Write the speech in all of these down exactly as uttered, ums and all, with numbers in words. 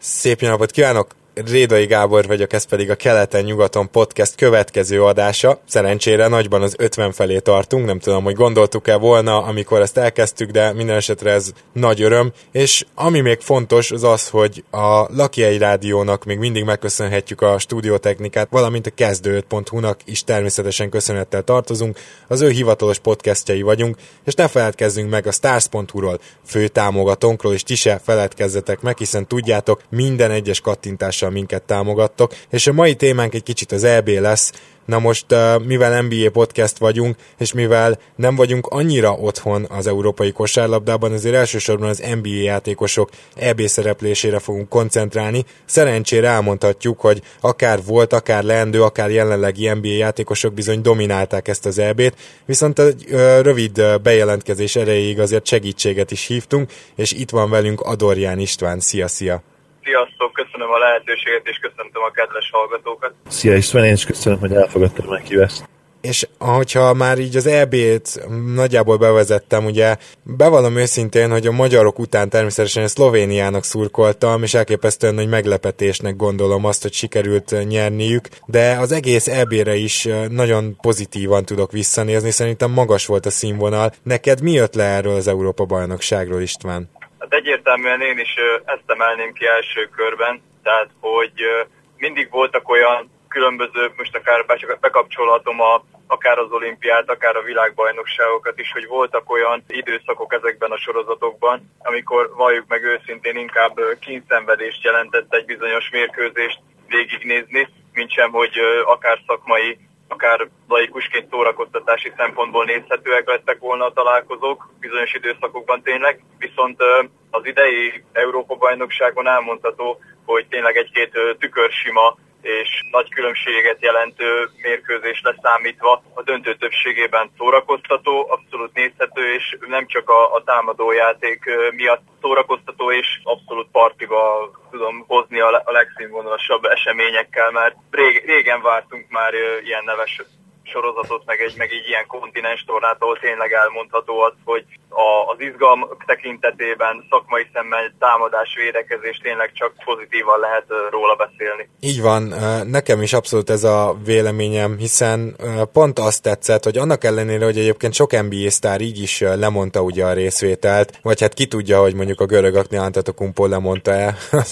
Szép jó napot kívánok! Rédai Gábor vagyok, ez pedig a Keleten-nyugaton podcast következő adása. Szerencsére nagyban az ötven felé tartunk, nem tudom, hogy gondoltuk-e volna, amikor ezt elkezdtük, de minden esetre ez nagy öröm. És ami még fontos, az az, hogy a Lakihegy Rádiónak még mindig megköszönhetjük a stúdiótechnikát, valamint a kezdő öt pont hu-nak is természetesen köszönettel tartozunk. Az ő hivatalos podcastjai vagyunk, és ne feledkezzünk meg a Stars pont hu-ról, fő támogatónkról, és ti se feledkezzetek meg, hiszen tudjátok, minden egyes kattintással minket támogattok, és a mai témánk egy kicsit az é bé lesz. Na most, mivel en bé á podcast vagyunk, és mivel nem vagyunk annyira otthon az európai kosárlabdában, ezért elsősorban az en bé á játékosok é bé szereplésére fogunk koncentrálni. Szerencsére elmondhatjuk, hogy akár volt, akár leendő, akár jelenlegi en bé á játékosok bizony dominálták ezt az é bét, viszont egy rövid bejelentkezés erejéig azért segítséget is hívtunk, és itt van velünk Adorján István. Szia, szia! Sziasztok, köszönöm a lehetőséget, és köszöntöm a kedves hallgatókat. Szia István, én is köszönöm, hogy elfogadtad a meghívást. És ahogyha már így az é bét nagyjából bevezettem, ugye bevallom őszintén, hogy a magyarok után természetesen a Szlovéniának szurkoltam, és elképesztően nagy meglepetésnek gondolom azt, hogy sikerült nyerniük, de az egész é bére is nagyon pozitívan tudok visszanézni, szerintem magas volt a színvonal. Neked mi jött le erről az Európa-bajnokságról, István? Hát egyértelműen én is ezt emelném ki első körben, tehát hogy mindig voltak olyan különböző, most akár bekapcsolhatom a, akár az olimpiát, akár a világbajnokságokat is, hogy voltak olyan időszakok ezekben a sorozatokban, amikor valljuk meg őszintén inkább kínszenvedést jelentett egy bizonyos mérkőzést végignézni, mint sem, hogy akár szakmai, akár laikusként szórakoztatási szempontból nézhetőek lettek volna a találkozók bizonyos időszakokban tényleg, viszont az idei Európa-bajnokságon elmondható, hogy tényleg egy-két tükörsima és nagy különbséget jelentő mérkőzés leszámítva a döntő többségében szórakoztató, abszolút nézhető, és nem csak a, a támadójáték miatt szórakoztató, és abszolút partiba tudom hozni a, a legszínvonalasabb eseményekkel, mert rég, régen vártunk már ilyen neves sorozatot, meg egy, meg egy ilyen kontinens tornát, ahol tényleg elmondható az, hogy a, az izgalmak tekintetében szakmai szemmel támadás, védekezés tényleg csak pozitívan lehet róla beszélni. Így van, nekem is abszolút ez a véleményem, hiszen pont azt tetszett, hogy annak ellenére, hogy egyébként sok en bé á sztár így is lemondta ugye a részvételt, vagy hát ki tudja, hogy mondjuk a görög Antetokounmpo lemondta-e,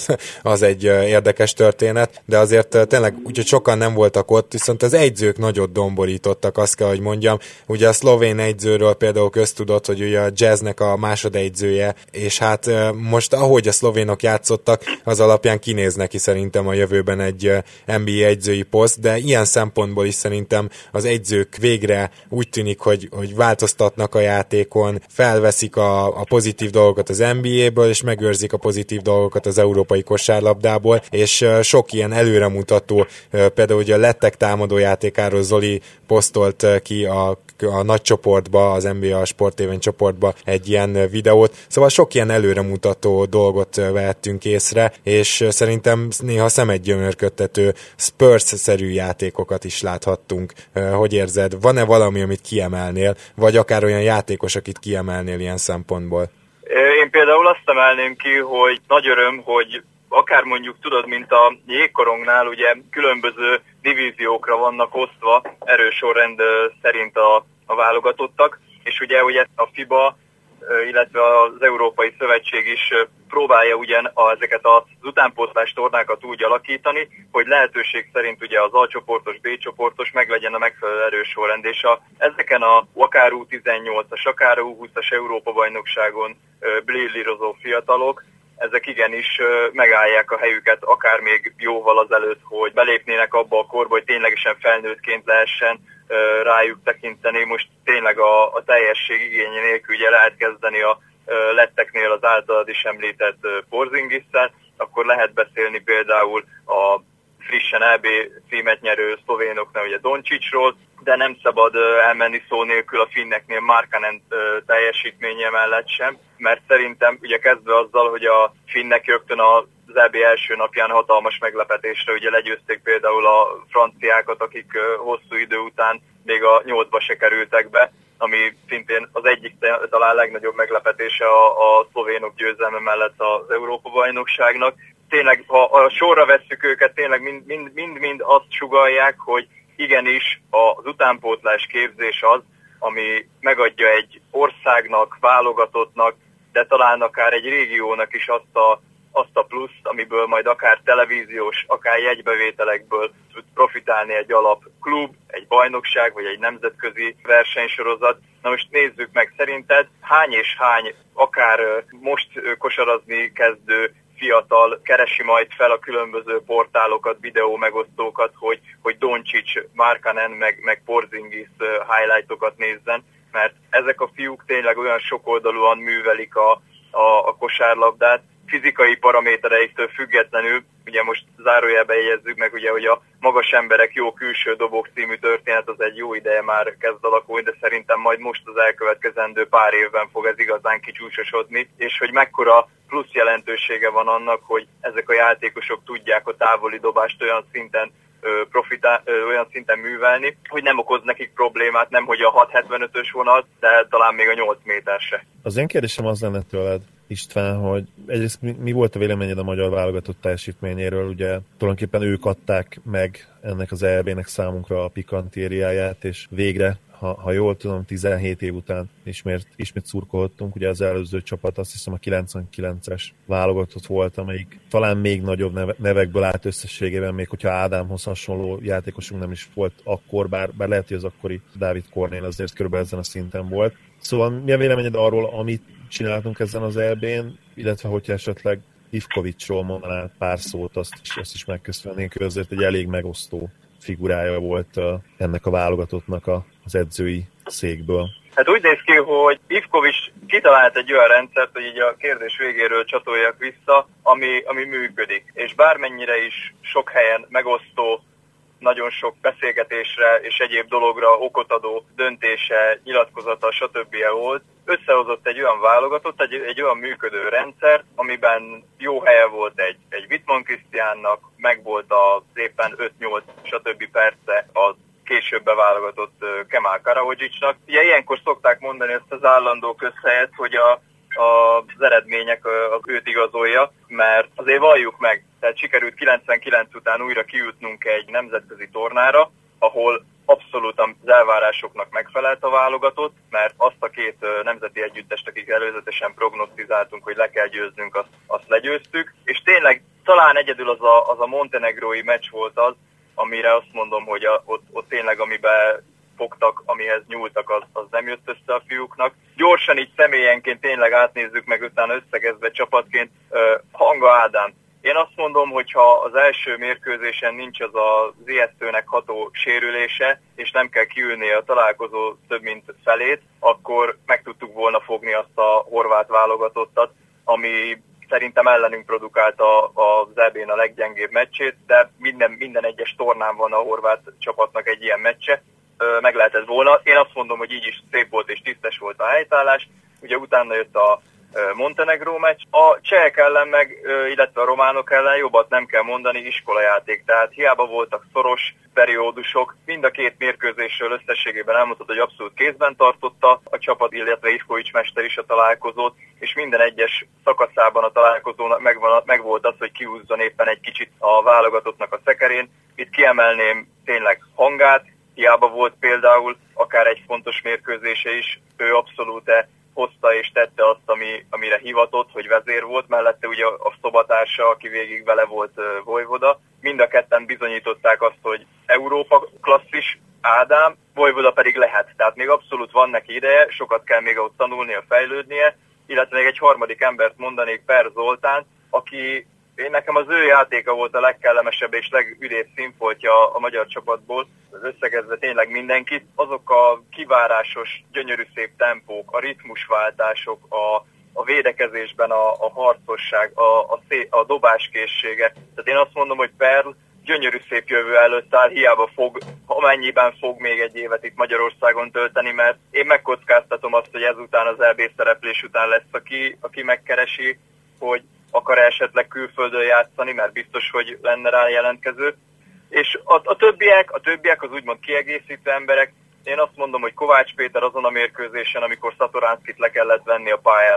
az egy érdekes történet, de azért tényleg úgyhogy sokan nem voltak ott, viszont az egyzők nagyot domborítottak, azt kell, hogy mondjam. Ugye a szlovén egyzőről például köztudott, hogy ugye a Jazznek a másodegyzője, és hát most ahogy a szlovénok játszottak, az alapján kinéz neki szerintem a jövőben egy en bé á egyzői poszt, de ilyen szempontból is szerintem az egyzők végre úgy tűnik, hogy, hogy változtatnak a játékon, felveszik a, a pozitív dolgokat az en bé á-ből, és megőrzik a pozitív dolgokat az európai kosárlabdából, és sok ilyen előremutató, például ugye a lettek támadójátékáról Zoli posztolt ki a, a nagy csoportba, az en bé á sportévény csoportba egy ilyen videót, szóval sok ilyen előremutató dolgot vehettünk észre, és szerintem néha szemedgyömörködtető Spurs-szerű játékokat is láthattunk. Hogy érzed? Van-e valami, amit kiemelnél, vagy akár olyan játékos, akit kiemelnél ilyen szempontból? Én például azt emelném ki, hogy nagy öröm, hogy akár mondjuk tudod, mint a jégkorongnál, ugye különböző divíziókra vannak osztva erősorrend szerint a, a válogatottak, és ugye, ugye a FIBA, illetve az Európai Szövetség is próbálja ugyan ezeket az utánpótlás tornákat úgy alakítani, hogy lehetőség szerint ugye az A csoportos, B csoportos meglegyen a megfelelő erősorrend, és a, ezeken a akár U tizennyolcas, akár U húszas Európa-bajnokságon brillírozó fiatalok, ezek igenis megállják a helyüket, akár még jóval azelőtt, hogy belépnének abba a korba, hogy ténylegesen felnőttként lehessen rájuk tekinteni. Most tényleg a, a teljesség igénye nélkül ugye lehet kezdeni a letteknél az általad is említett Porzingisszel, akkor lehet beszélni például a frissen é bé címet nyerő szlovénoknál, ugye Doncsicsról, de nem szabad elmenni szó nélkül a finneknél Markkanen teljesítménye mellett sem, mert szerintem ugye kezdve azzal, hogy a finnek rögtön az é bé első napján hatalmas meglepetésre ugye legyőzték például a franciákat, akik hosszú idő után még a nyolcba se kerültek be, ami szintén az egyik talán legnagyobb meglepetése a, a szlovénok győzelme mellett az Európa-bajnokságnak, tényleg, ha a sorra vesszük őket, tényleg mind-mind azt sugallják, hogy igenis az utánpótlás képzés az, ami megadja egy országnak, válogatottnak, de talán akár egy régiónak is azt a, azt a pluszt, amiből majd akár televíziós, akár jegybevételekből tud profitálni egy alapklub, egy bajnokság, vagy egy nemzetközi versenysorozat. Na most nézzük meg, szerinted hány és hány, akár most kosarazni kezdő fiatal keresi majd fel a különböző portálokat, videó megosztókat, hogy, hogy Doncsics, Markkanen, meg, meg Porzingis highlightokat nézzen, mert ezek a fiúk tényleg olyan sokoldalúan művelik a, a, a kosárlabdát, fizikai paramétereiktől függetlenül, ugye most zárójelbe jegyezzük meg, ugye, hogy a magas emberek jó külső dobók című történet az egy jó ideje már kezd alakulni, de szerintem majd most az elkövetkezendő pár évben fog ez igazán kicsúcsosodni, és hogy mekkora plusz jelentősége van annak, hogy ezek a játékosok tudják a távoli dobást olyan szinten profitál, olyan szinten művelni, hogy nem okoz nekik problémát, nem hogy a hat hetvenötös vonal, de talán még a nyolc méter se. Az én kérdésem az lenne tőled, István, hogy egyrészt mi, mi volt a véleményed a magyar válogatott teljesítményéről, ugye tulajdonképpen ők adták meg ennek az é bé-nek számunkra a pikantériáját, és végre, ha, ha jól tudom, tizenhét év után ismét, ismét szurkolhattunk, ugye az előző csapat azt hiszem a kilencvenkilences válogatott volt, amelyik talán még nagyobb neve, nevekből állt összességében, még hogyha Ádámhoz hasonló játékosunk nem is volt akkor, bár, bár lehet, hogy az akkori Dávid Kornél azért körülbelül ezen a szinten volt. Szóval mi a véleményed arról, amit csináltunk ezen az é bén, illetve hogyha esetleg Ivkovicsról mondanál pár szót, azt is, azt is megköszönnénk, ő azért egy elég megosztó figurája volt ennek a válogatottnak az edzői székből. Hát úgy néz ki, hogy Ivkovics kitalált egy olyan rendszert, hogy így a kérdés végéről csatoljak vissza, ami, ami működik. És bármennyire is sok helyen megosztó, nagyon sok beszélgetésre és egyéb dologra okot adó döntése, nyilatkozata, stb. Volt, összehozott egy olyan válogatott, egy, egy olyan működő rendszert, amiben jó helye volt egy, egy Wittmann Krisztiánnak, meg volt az éppen öt-nyolc stb. Perce az később beválogatott Kemal Karahodzsicsnak. Ugye ilyenkor szokták mondani ezt az állandó közhelyet, hogy a az eredmények az őt igazolja, mert azért valljuk meg, tehát sikerült kilencvenkilenc után újra kijutnunk egy nemzetközi tornára, ahol abszolút az elvárásoknak megfelelt a válogatott, mert azt a két nemzeti együttest, akik előzetesen prognosztizáltunk, hogy le kell győznünk, azt, azt legyőztük, és tényleg talán egyedül az a, az a montenegrói meccs volt az, amire azt mondom, hogy a, ott, ott tényleg amiben fogtak, amihez nyúltak, az, az nem jött össze a fiúknak. Gyorsan így személyenként tényleg átnézzük meg, utána összegezve csapatként. Uh, Hanga Ádám. Én azt mondom, hogy ha az első mérkőzésen nincs az az ijesztőnek ható sérülése, és nem kell kiülni a találkozó több mint felét, akkor meg tudtuk volna fogni azt a horvát válogatottat, ami szerintem ellenünk produkálta az é bén a leggyengébb meccsét, de minden, minden egyes tornán van a horvát csapatnak egy ilyen meccse. Meg lehetett volna. Én azt mondom, hogy így is szép volt és tisztes volt a helytállás. Ugye utána jött a Montenegró meccs. A csehek ellen meg, illetve a románok ellen jobbat nem kell mondani, iskolajáték. Tehát hiába voltak szoros periódusok, mind a két mérkőzésről összességében elmondott, hogy abszolút kézben tartotta a csapat, illetve Ivkovics mester is a találkozót, és minden egyes szakaszában a találkozónak megvan, megvolt az, hogy kiúzzon éppen egy kicsit a válogatottnak a szekerén. Itt kiemelném tényleg Hangát, hiába volt például akár egy fontos mérkőzése is, ő abszolút hozta és tette azt, ami, amire hivatott, hogy vezér volt, mellette ugye a szobatársa, aki végig vele volt uh, Vojvoda. Mind a ketten bizonyították azt, hogy Európa klasszis Ádám, Vojvoda pedig lehet. Tehát még abszolút van neki ideje, sokat kell még ott tanulnia, fejlődnie, illetve még egy harmadik embert mondanék, Per Zoltán, aki én nekem az ő játéka volt a legkellemesebb és legürébb színfoltja a magyar csapatból, az összegezve tényleg mindenkit. Azok a kivárásos, gyönyörű szép tempók, a ritmusváltások, a, a védekezésben a, a harcosság, a, a, szé, a dobáskészsége. Tehát én azt mondom, hogy Perl gyönyörű szép jövő előtt áll, hiába fog, amennyiben fog még egy évet itt Magyarországon tölteni, mert én megkockáztatom azt, hogy ezután az é bé szereplés után lesz, aki, aki megkeresi, hogy akar esetleg külföldön játszani, mert biztos, hogy lenne rá jelentkező. És a, a többiek, a többiek az úgymond kiegészítő emberek, én azt mondom, hogy Kovács Péter azon a mérkőzésen, amikor Szatoránszkit le kellett venni a pályáról,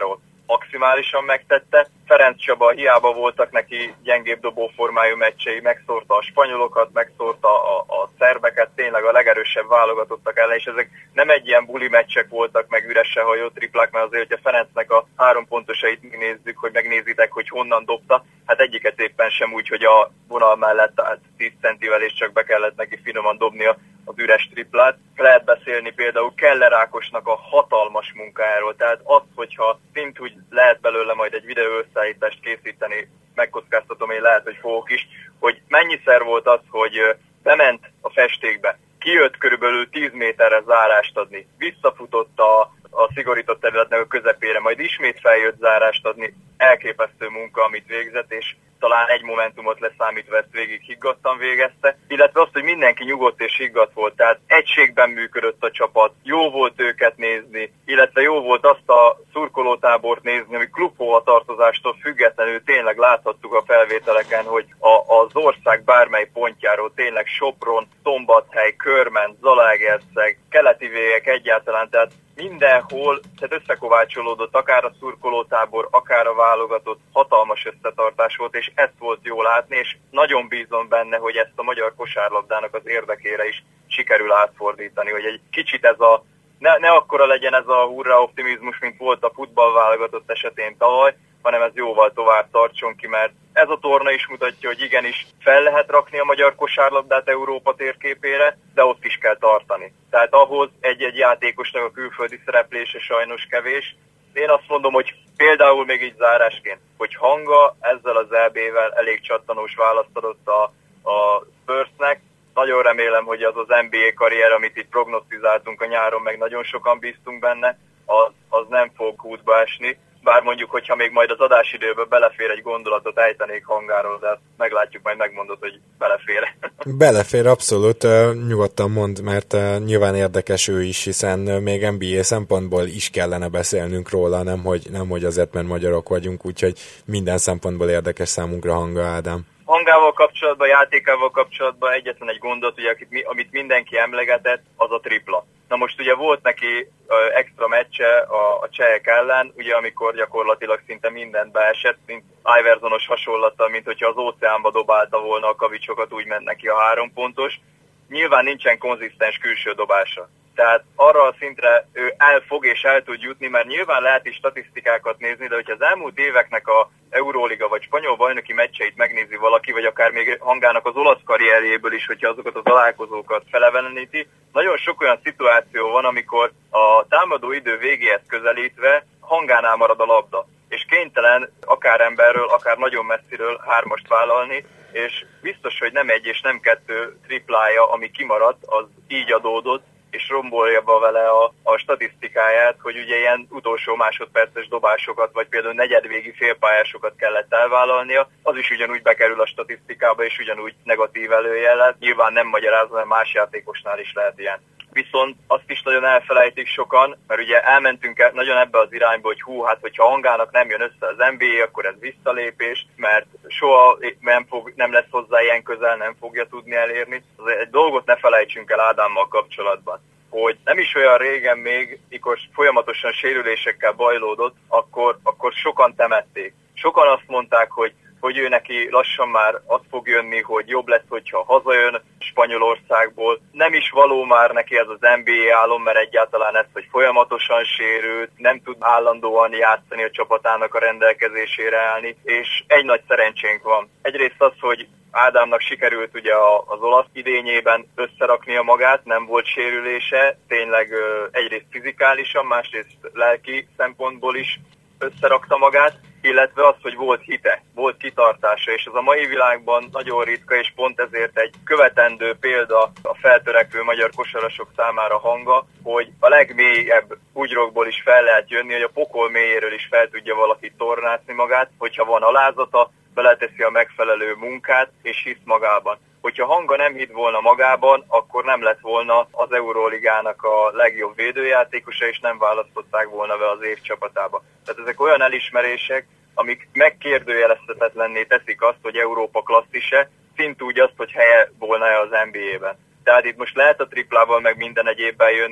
maximálisan megtette. Ferenc Csaba, hiába voltak neki gyengébb dobóformájú meccsei, megszórta a spanyolokat, megszórta a, a szerbeket, tényleg a legerősebb válogatottak ellen, és ezek nem egy ilyen buli meccsek voltak, meg üresen hajó triplák, mert azért, hogyha Ferencnek a három pontosait megnézzük, hogy megnézitek, hogy honnan dobta, hát egyiket éppen sem úgy, hogy a vonal mellett állt tíz centivel, és csak be kellett neki finoman dobnia az üres triplát. Lehet beszélni például Keller Ákosnak a hatalmas munkájáról, tehát az, hogyha szint úgy lehet belőle majd egy videóösszeállítást készíteni, megkockáztatom, én lehet, hogy fogok is, hogy mennyiszer volt az, hogy bement a festékbe, kijött körülbelül tíz méterre zárást adni, visszafutott a, a szigorított területnek a közepére, majd ismét feljött zárást adni, elképesztő munka, amit végzett, és talán egy momentumot leszámítva ezt végig higgadtan végezte, illetve azt, hogy mindenki nyugodt és higgadt volt, tehát egységben működött a csapat, jó volt őket nézni, illetve jó volt azt a szurkolótábort nézni, ami klubhovatartozástól függetlenül tényleg láthattuk a felvételeken, hogy a, az ország bármely pontjáról tényleg Sopron, Szombathely, Körment, Zalaegerszeg, keleti végek egyáltalán, tehát mindenhol, tehát összekovácsolódott akár a szurkolótábor, akár a válogatott, hatalmas összetartás volt, és ezt volt jó látni, és nagyon bízom benne, hogy ezt a magyar kosárlabdának az érdekére is sikerül átfordítani, hogy egy kicsit ez a, ne, ne akkora legyen ez a hurrá optimizmus, mint volt a futballválogatott esetén tavaly, hanem ez jóval tovább tartson ki, mert ez a torna is mutatja, hogy igenis fel lehet rakni a magyar kosárlabdát Európa térképére, de ott is kell tartani. Tehát ahhoz egy-egy játékosnak a külföldi szereplése sajnos kevés. Én azt mondom, hogy például még így zárásként, hogy Hanga ezzel az é bé-vel elég csattanós választ adott a, a Spursnek. Nagyon remélem, hogy az az en bé á karrier, amit itt prognosztizáltunk a nyáron, meg nagyon sokan bíztunk benne, az, az nem fog útba esni. Bár mondjuk, hogyha még majd az adásidőbe belefér egy gondolatot, ejtenék Hangáról, de meglátjuk, majd megmondod, hogy belefér. Belefér, abszolút, nyugodtan mond, mert nyilván érdekes ő is, hiszen még en bé á szempontból is kellene beszélnünk róla, nem hogy, nem hogy azért, mert magyarok vagyunk, úgyhogy minden szempontból érdekes számunkra Hanga Ádám. Hangával kapcsolatban, játékával kapcsolatban egyetlen egy gondot, ugye, amit mindenki emlegetett, az a tripla. Na most ugye volt neki uh, extra meccse a, a csehek ellen, ugye amikor gyakorlatilag szinte mindent beesett, mint Iversonos hasonlattal, mint hogyha az óceánba dobálta volna a kavicsokat, úgy ment neki a három pontos. Nyilván nincsen konzisztens külső dobása. Tehát arra a szintre ő el fog és el tud jutni, mert nyilván lehet is statisztikákat nézni, de hogyha az elmúlt éveknek a Euróliga vagy spanyol bajnoki meccseit megnézi valaki, vagy akár még Hangának az olasz karrierjéből is, hogyha azokat a találkozókat feleveleníti, nagyon sok olyan szituáció van, amikor a támadó idő végéhez közelítve Hangánál marad a labda, és kénytelen akár emberről, akár nagyon messziről hármast vállalni, és biztos, hogy nem egy és nem kettő triplája, ami kimaradt, az így adódott, és rombolja be vele a, a statisztikáját, hogy ugye ilyen utolsó másodperces dobásokat, vagy például negyedvégi félpályásokat kellett elvállalnia, az is ugyanúgy bekerül a statisztikába, és ugyanúgy negatív előjel. Nyilván nem magyarázom, mert más játékosnál is lehet ilyen. Viszont azt is nagyon elfelejtik sokan, mert ugye elmentünk nagyon ebbe az irányba, hogy hú, hát hogyha Hangának nem jön össze az en bé á, akkor ez visszalépés, mert soha nem, fog, nem lesz hozzá ilyen közel, nem fogja tudni elérni. Egy dolgot ne felejtsünk el Ádámmal kapcsolatban, hogy nem is olyan régen még, mikor folyamatosan sérülésekkel bajlódott, akkor, akkor sokan temették. Sokan azt mondták, hogy hogy ő neki lassan már az fog jönni, hogy jobb lesz, hogyha hazajön Spanyolországból. Nem is való már neki ez az en bé á álom, mert egyáltalán ez, hogy folyamatosan sérült, nem tud állandóan játszani, a csapatának a rendelkezésére állni, és egy nagy szerencsénk van. Egyrészt az, hogy Ádámnak sikerült ugye az olasz idényében összeraknia magát, nem volt sérülése, tényleg egyrészt fizikálisan, másrészt lelki szempontból is összerakta magát, illetve az, hogy volt hite, volt kitartása, és ez a mai világban nagyon ritka, és pont ezért egy követendő példa a feltörekvő magyar kosarasok számára Hanga, hogy a legmélyebb bugyrokból is fel lehet jönni, hogy a pokol mélyéről is fel tudja valaki tornászni magát, hogyha van alázata, beleteszi a megfelelő munkát, és hisz magában. Hogyha Hanga nem hitt volna magában, akkor nem lett volna az Euróligának a legjobb védőjátékosa, és nem választották volna be az év csapatába. Tehát ezek olyan elismerések, amik megkérdőjelezhetetlenné teszik azt, hogy Európa klasszise, szintúgy azt, hogy helye volna az en bé á-ben. Tehát itt most lehet a triplával meg minden egyébben jönni,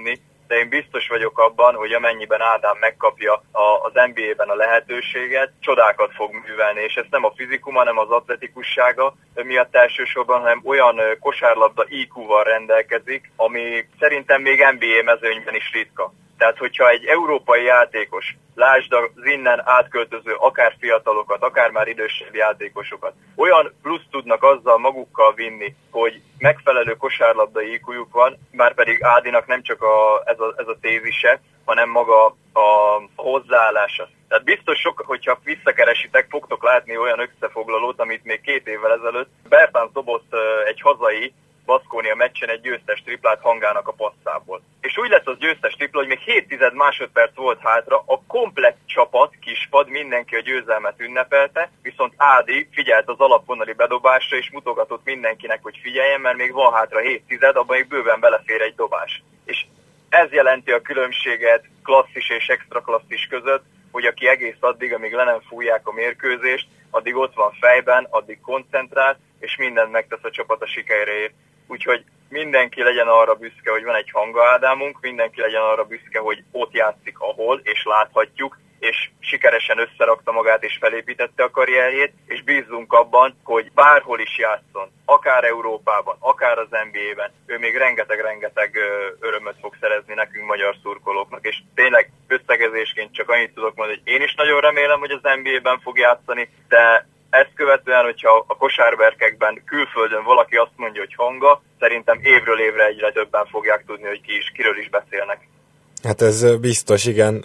de én biztos vagyok abban, hogy amennyiben Ádám megkapja a, az en bé á-ben a lehetőséget, csodákat fog művelni, és ez nem a fizikuma, nem az atletikussága miatt elsősorban, hanem olyan kosárlabda í kú-val rendelkezik, ami szerintem még en bé á mezőnyben is ritka. Tehát, hogyha egy európai játékos, lásd az innen átköltöző akár fiatalokat, akár már idősebb játékosokat, olyan plusz tudnak azzal magukkal vinni, hogy megfelelő kosárlabdai í kújuk van, már pedig Ádinak nem csak a, ez, a, ez a tézise, hanem maga a hozzáállása. Tehát biztos sok, hogyha visszakeresitek, fogtok látni olyan összefoglalót, amit még két évvel ezelőtt Bertans dobott egy hazai Baskonia meccsen egy győztes triplát Hangának a passzából. És úgy lesz az győztes tripla, hogy még hét tized másodperc volt hátra, a komplett csapat, kispad, mindenki a győzelmet ünnepelte, viszont Ádi figyelt az alapvonali bedobásra, és mutogatott mindenkinek, hogy figyeljen, mert még van hátra hét tized, abban még bőven belefér egy dobás. És ez jelenti a különbséget klasszis és extra klasszis között, hogy aki egész addig, amíg le nem fújják a mérkőzést, addig ott van fejben, addig koncentrál, és mindent megtesz a csapat a sikeréért. Úgyhogy mindenki legyen arra büszke, hogy van egy Hanga Ádámunk, mindenki legyen arra büszke, hogy ott játszik, ahol, és láthatjuk, és sikeresen összerakta magát, és felépítette a karrierjét, és bízzunk abban, hogy bárhol is játszon, akár Európában, akár az en bé á-ben, ő még rengeteg-rengeteg örömöt fog szerezni nekünk magyar szurkolóknak, és tényleg összegezésként csak annyit tudok mondani, hogy én is nagyon remélem, hogy az en bé á-ben fog játszani, de ezt követően, hogyha a kosárberkekben külföldön valaki azt mondja, hogy Hanga, szerintem évről évre egyre többen fogják tudni, hogy ki is, kiről is beszélnek. Hát ez biztos, igen.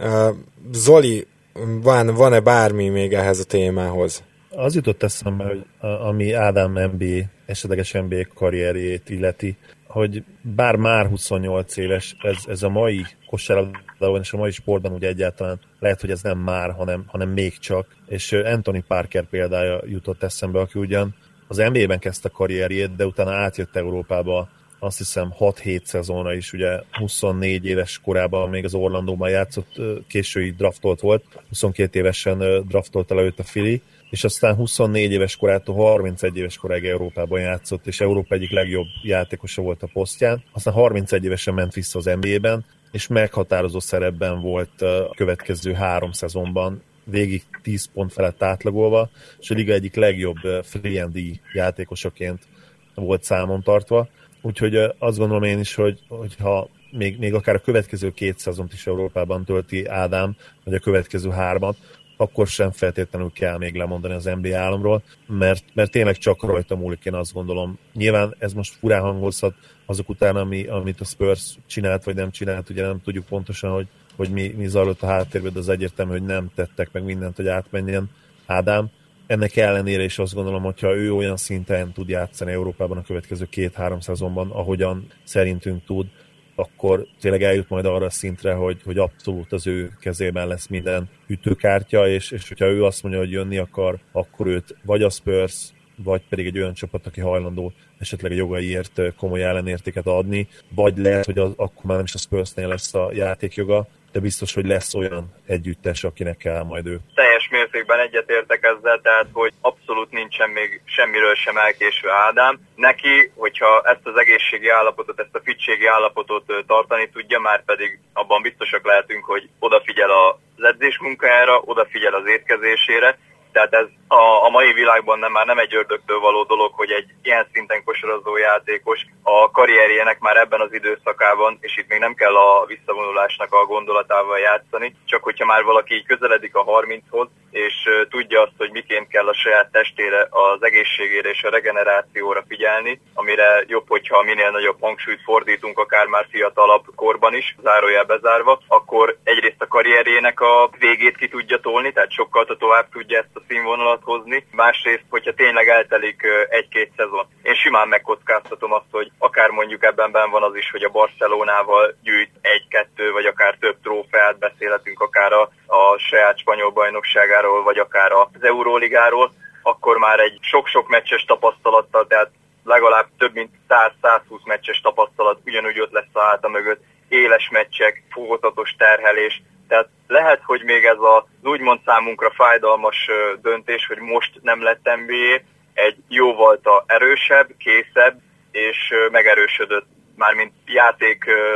Zoli, van, van-e bármi még ehhez a témához? Az jutott eszembe, hogy ami Ádám en bé á, esetleges en bé á karrierjét illeti, hogy bár már huszonnyolc éves, ez, ez a mai kosárlabdában és a mai sportban ugye egyáltalán lehet, hogy ez nem már, hanem, hanem még csak. És Anthony Parker példája jutott eszembe, aki ugyan az en bé á-ben kezdte a karrierjét, de utána átjött Európába, azt hiszem hat-hét szezonra is, ugye huszonnégy éves korában még az Orlandóban játszott, késői draftolt volt, huszonkét évesen draftolta le őt a Philly, és aztán huszonnégy éves korától harmincegy éves koráig Európában játszott, és Európa egyik legjobb játékosa volt a posztján. Aztán harmincegy évesen ment vissza az en bé á-ben, és meghatározó szerepben volt a következő három szezonban, végig tíz pont felett átlagolva, és a liga egyik legjobb free and D játékosaként volt számon tartva. Úgyhogy azt gondolom én is, hogy, hogy ha még, még akár a következő két szezont is Európában tölti Ádám, vagy a következő hármat, akkor sem feltétlenül kell még lemondani az en bé á álomról, mert, mert tényleg csak rajta múlik, én azt gondolom. Nyilván ez most furán hangozhat azok után, ami, amit a Spurs csinált, vagy nem csinált, ugye nem tudjuk pontosan, hogy, hogy mi, mi zajlott a háttérben, de az egyértelmű, hogy nem tettek meg mindent, hogy átmenjen Ádám. Ennek ellenére is azt gondolom, hogyha ő olyan szinten tud játszani Európában a következő két-három szezonban, ahogyan szerintünk tud, akkor tényleg eljut majd arra a szintre, hogy, hogy abszolút az ő kezében lesz minden ütőkártya, és, és hogyha ő azt mondja, hogy jönni akar, akkor őt vagy a Spurs, vagy pedig egy olyan csapat, aki hajlandó esetleg a jogaiért komoly ellenértéket adni, vagy lehet, hogy az, akkor már nem is a Spursnél lesz a játékjoga, de biztos, hogy lesz olyan együttes, akinek kell majd ő. Teljes mértékben egyetértek ezzel, tehát hogy abszolút nincsen még semmiről sem elkésve Ádám. Neki, hogyha ezt az egészségi állapotot, ezt a fitségi állapotot tartani tudja, már pedig abban biztosak lehetünk, hogy odafigyel az edzés munkájára, odafigyel az étkezésére. Tehát ez a, a mai világban nem, már nem egy ördögtől való dolog, hogy egy ilyen szinten kosarazó játékos a karrierjének már ebben az időszakában, és itt még nem kell a visszavonulásnak a gondolatával játszani, csak hogyha már valaki így közeledik a harminchoz, és uh, tudja azt, hogy miként kell a saját testére, az egészségére és a regenerációra figyelni, amire jobb, hogyha minél nagyobb hangsúlyt fordítunk, akár már fiatalabb korban is, zárójel bezárva, akkor egyrészt a karrierjének a végét ki tudja tolni, tehát sokkal tovább tudja ezt a színvonalat hozni. Másrészt, hogyha tényleg eltelik egy-két szezon. Én simán megkockáztatom azt, hogy akár mondjuk ebben benn van az is, hogy a Barcelonával gyűjt egy-kettő, vagy akár több trófeát, beszélhetünk akár a, a saját spanyol bajnokságáról, vagy akár az Euróligáról, akkor már egy sok-sok meccses tapasztalattal, tehát legalább több mint száz-százhúsz meccses tapasztalat ugyanúgy ott lesz a háta mögött, éles meccsek, fokozatos terhelés. Tehát lehet, hogy még ez az úgymond számunkra fájdalmas döntés, hogy most nem lett en bé á, egy jóvalta erősebb, készebb és megerősödött, mármint játék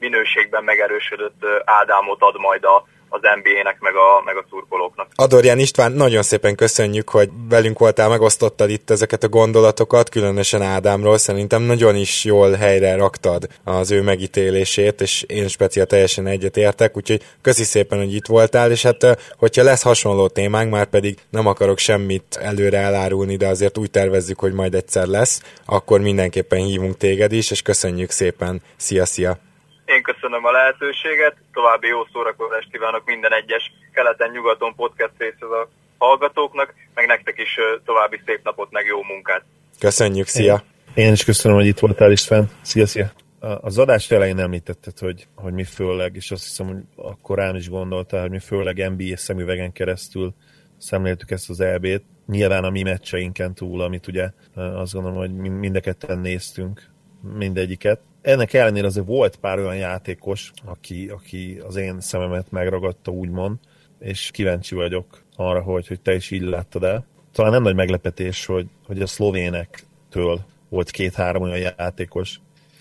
minőségben megerősödött Ádámot ad majd a az en bé á-nek, meg a, meg a szurkolóknak. Adorján István, nagyon szépen köszönjük, hogy velünk voltál, megosztottad itt ezeket a gondolatokat, különösen Ádámról. Szerintem nagyon is jól helyre raktad az ő megítélését, és én speciál teljesen egyetértek, úgyhogy köszi szépen, hogy itt voltál, és hát hogyha lesz hasonló témánk, már pedig nem akarok semmit előre elárulni, de azért úgy tervezzük, hogy majd egyszer lesz, akkor mindenképpen hívunk téged is, és köszönjük szépen. Szia, szia! Én köszönöm a lehetőséget, további jó szórakozást kívánok minden egyes keleten-nyugaton podcast részhez a hallgatóknak, meg nektek is további szép napot, meg jó munkát. Köszönjük, szia! Én, én is köszönöm, hogy itt voltál, István. Szia, szia! Az adás elején említetted, hogy, hogy mi főleg, és azt hiszem, hogy akkor rám is gondoltál, hogy mi főleg en bé á szemüvegen keresztül szemléltük ezt az é bét. Nyilván a mi meccseinken túl, amit ugye azt gondolom, hogy mind a ketten néztünk mindegyiket. Ennek ellenére azért volt pár olyan játékos, aki, aki az én szememet megragadta, úgymond, és kíváncsi vagyok arra, hogy, hogy te is így láttad el. Talán nem nagy meglepetés, hogy, hogy a szlovénektől volt két-három olyan játékos,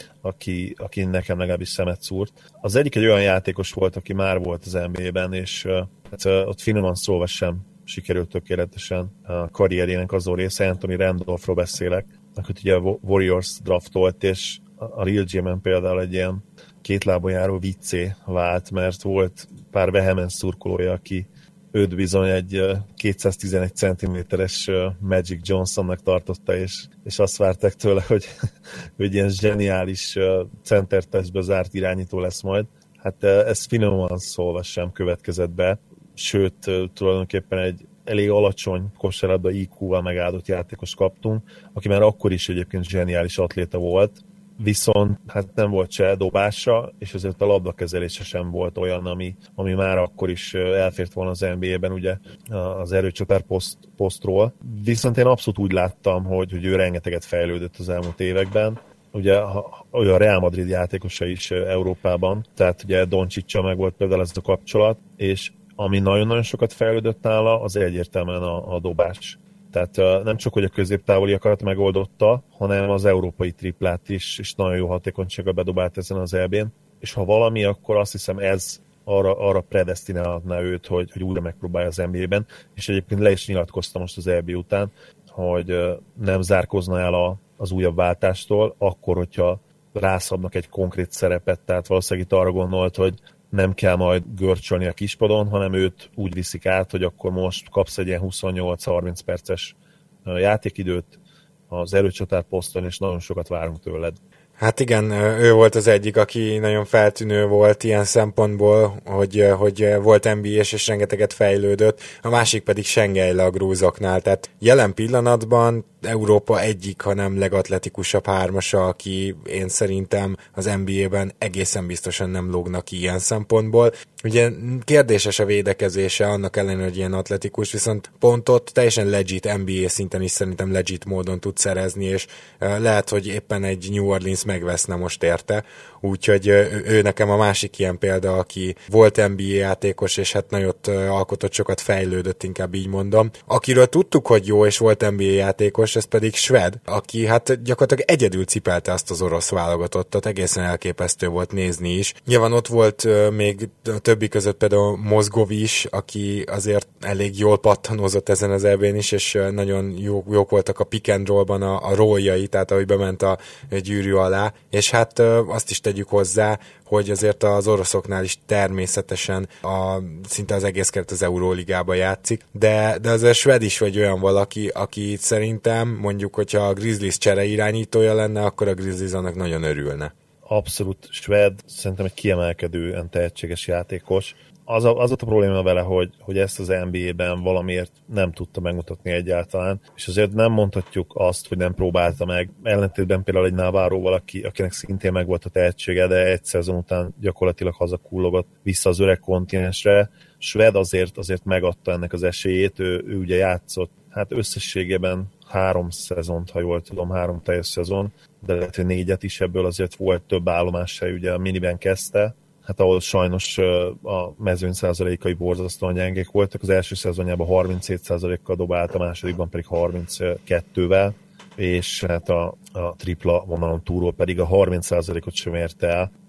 aki, aki nekem legalábbis szemet szúrt. Az egyik egy olyan játékos volt, aki már volt az en bé á-ben, és hát, ott finoman szólva sem sikerült tökéletesen a karrierjének azon része. Anthony Randolphról beszélek, akit ugye a Warriors draftolt, és a Real G-ben például egy ilyen két lábon járó viccé vált, mert volt pár vehemens szurkolója, aki őt bizony egy kétszáztizenegy centiméteres Magic Johnsonnak tartotta, és, és azt várták tőle, hogy, hogy ilyen zseniális centertestbe zárt irányító lesz majd. Hát ez finoman szólva sem következett be, sőt, tulajdonképpen egy elég alacsony kosárlabda í kú-val megáldott játékos kaptunk, aki már akkor is egyébként zseniális atléta volt, viszont hát nem volt se dobása, és azért a labdakezelése sem volt olyan, ami, ami már akkor is elfért volna az en bé á-ben ugye az erőcsatár poszt, posztról. Viszont én abszolút úgy láttam, hogy, hogy ő rengeteget fejlődött az elmúlt években. Ugye olyan Real Madrid játékosa is Európában, tehát ugye Doncsicsal meg volt például ez a kapcsolat, és ami nagyon-nagyon sokat fejlődött nála, az egyértelműen a, a dobás. Tehát nem csak, hogy a középtávoliakat megoldotta, hanem az európai triplát is, és nagyon jó hatékonysággal bedobált ezen az é bén. És ha valami, akkor azt hiszem ez arra, arra predestinálhatná őt, hogy, hogy újra megpróbálja az en bé á-ben. És egyébként le is nyilatkoztam most az é bé után, hogy nem zárkozna el a, az újabb váltástól, akkor, hogyha rászabnak egy konkrét szerepet, tehát valószínűleg itt arra gondolt, hogy nem kell majd görcsölni a kispadon, hanem őt úgy viszik át, hogy akkor most kapsz egy ilyen huszonnyolc-harminc perces játékidőt az erőcsatár poszton, és nagyon sokat várunk tőled. Hát igen, ő volt az egyik, aki nagyon feltűnő volt ilyen szempontból, hogy, hogy volt en bé á-s és rengeteget fejlődött, a másik pedig Sengelyla a grúzoknál, tehát jelen pillanatban Európa egyik, hanem legatletikusabb hármasa, aki én szerintem az en bé á-ben egészen biztosan nem lógnak ilyen szempontból. Ugye kérdéses a védekezése, annak ellenére, hogy ilyen atletikus, viszont pontot teljesen legit en bé á szinten is szerintem legit módon tud szerezni, és lehet, hogy éppen egy New Orleans megveszne most érte, úgyhogy ő, ő nekem a másik ilyen példa, aki volt en bé á játékos, és hát nagyot alkotott, sokat fejlődött, inkább így mondom. Akiről tudtuk, hogy jó, és volt en bé á játékos, ez pedig Sved, aki hát gyakorlatilag egyedül cipelte azt az orosz válogatottat, egészen elképesztő volt nézni is. Nyilván ott volt még többi között például Mozgovics, aki azért elég jól pattanozott ezen az é bén is, és nagyon jó, jók voltak a pick and roll-ban a, a rolljai, tehát ahogy bement a gyűrű alá, és hát azt is tegyük hozzá, hogy azért az oroszoknál is természetesen a, szinte az egész keret az Euróligába játszik, de, de azért Sved is vagy olyan valaki, aki szerintem mondjuk, hogyha a Grizzlies csere irányítója lenne, akkor a Grizzlies annak nagyon örülne. Abszolút Sved, szerintem egy kiemelkedően tehetséges játékos. Az a, az a probléma vele, hogy, hogy ezt az en bé á-ben valamiért nem tudta megmutatni egyáltalán, és azért nem mondhatjuk azt, hogy nem próbálta meg. Ellentétben például egy Navarroval, aki, akinek szintén megvolt a tehetsége, de egy szezon után gyakorlatilag hazakullogott vissza az öreg kontinensre. Sved azért, azért megadta ennek az esélyét, ő, ő ugye játszott, hát összességében három szezont, ha jól tudom, három teljes szezon, de lehet, hogy négyet is, ebből azért volt több állomása, ugye a miniben kezdte, hát ahol sajnos a mezőny százalékai borzasztóan gyengék voltak, az első szezonjában harminchét százalékkal dobált, a másodikban pedig harminckettővel, és hát a, a tripla vonalon túlról pedig a harminc százalékot sem érte el.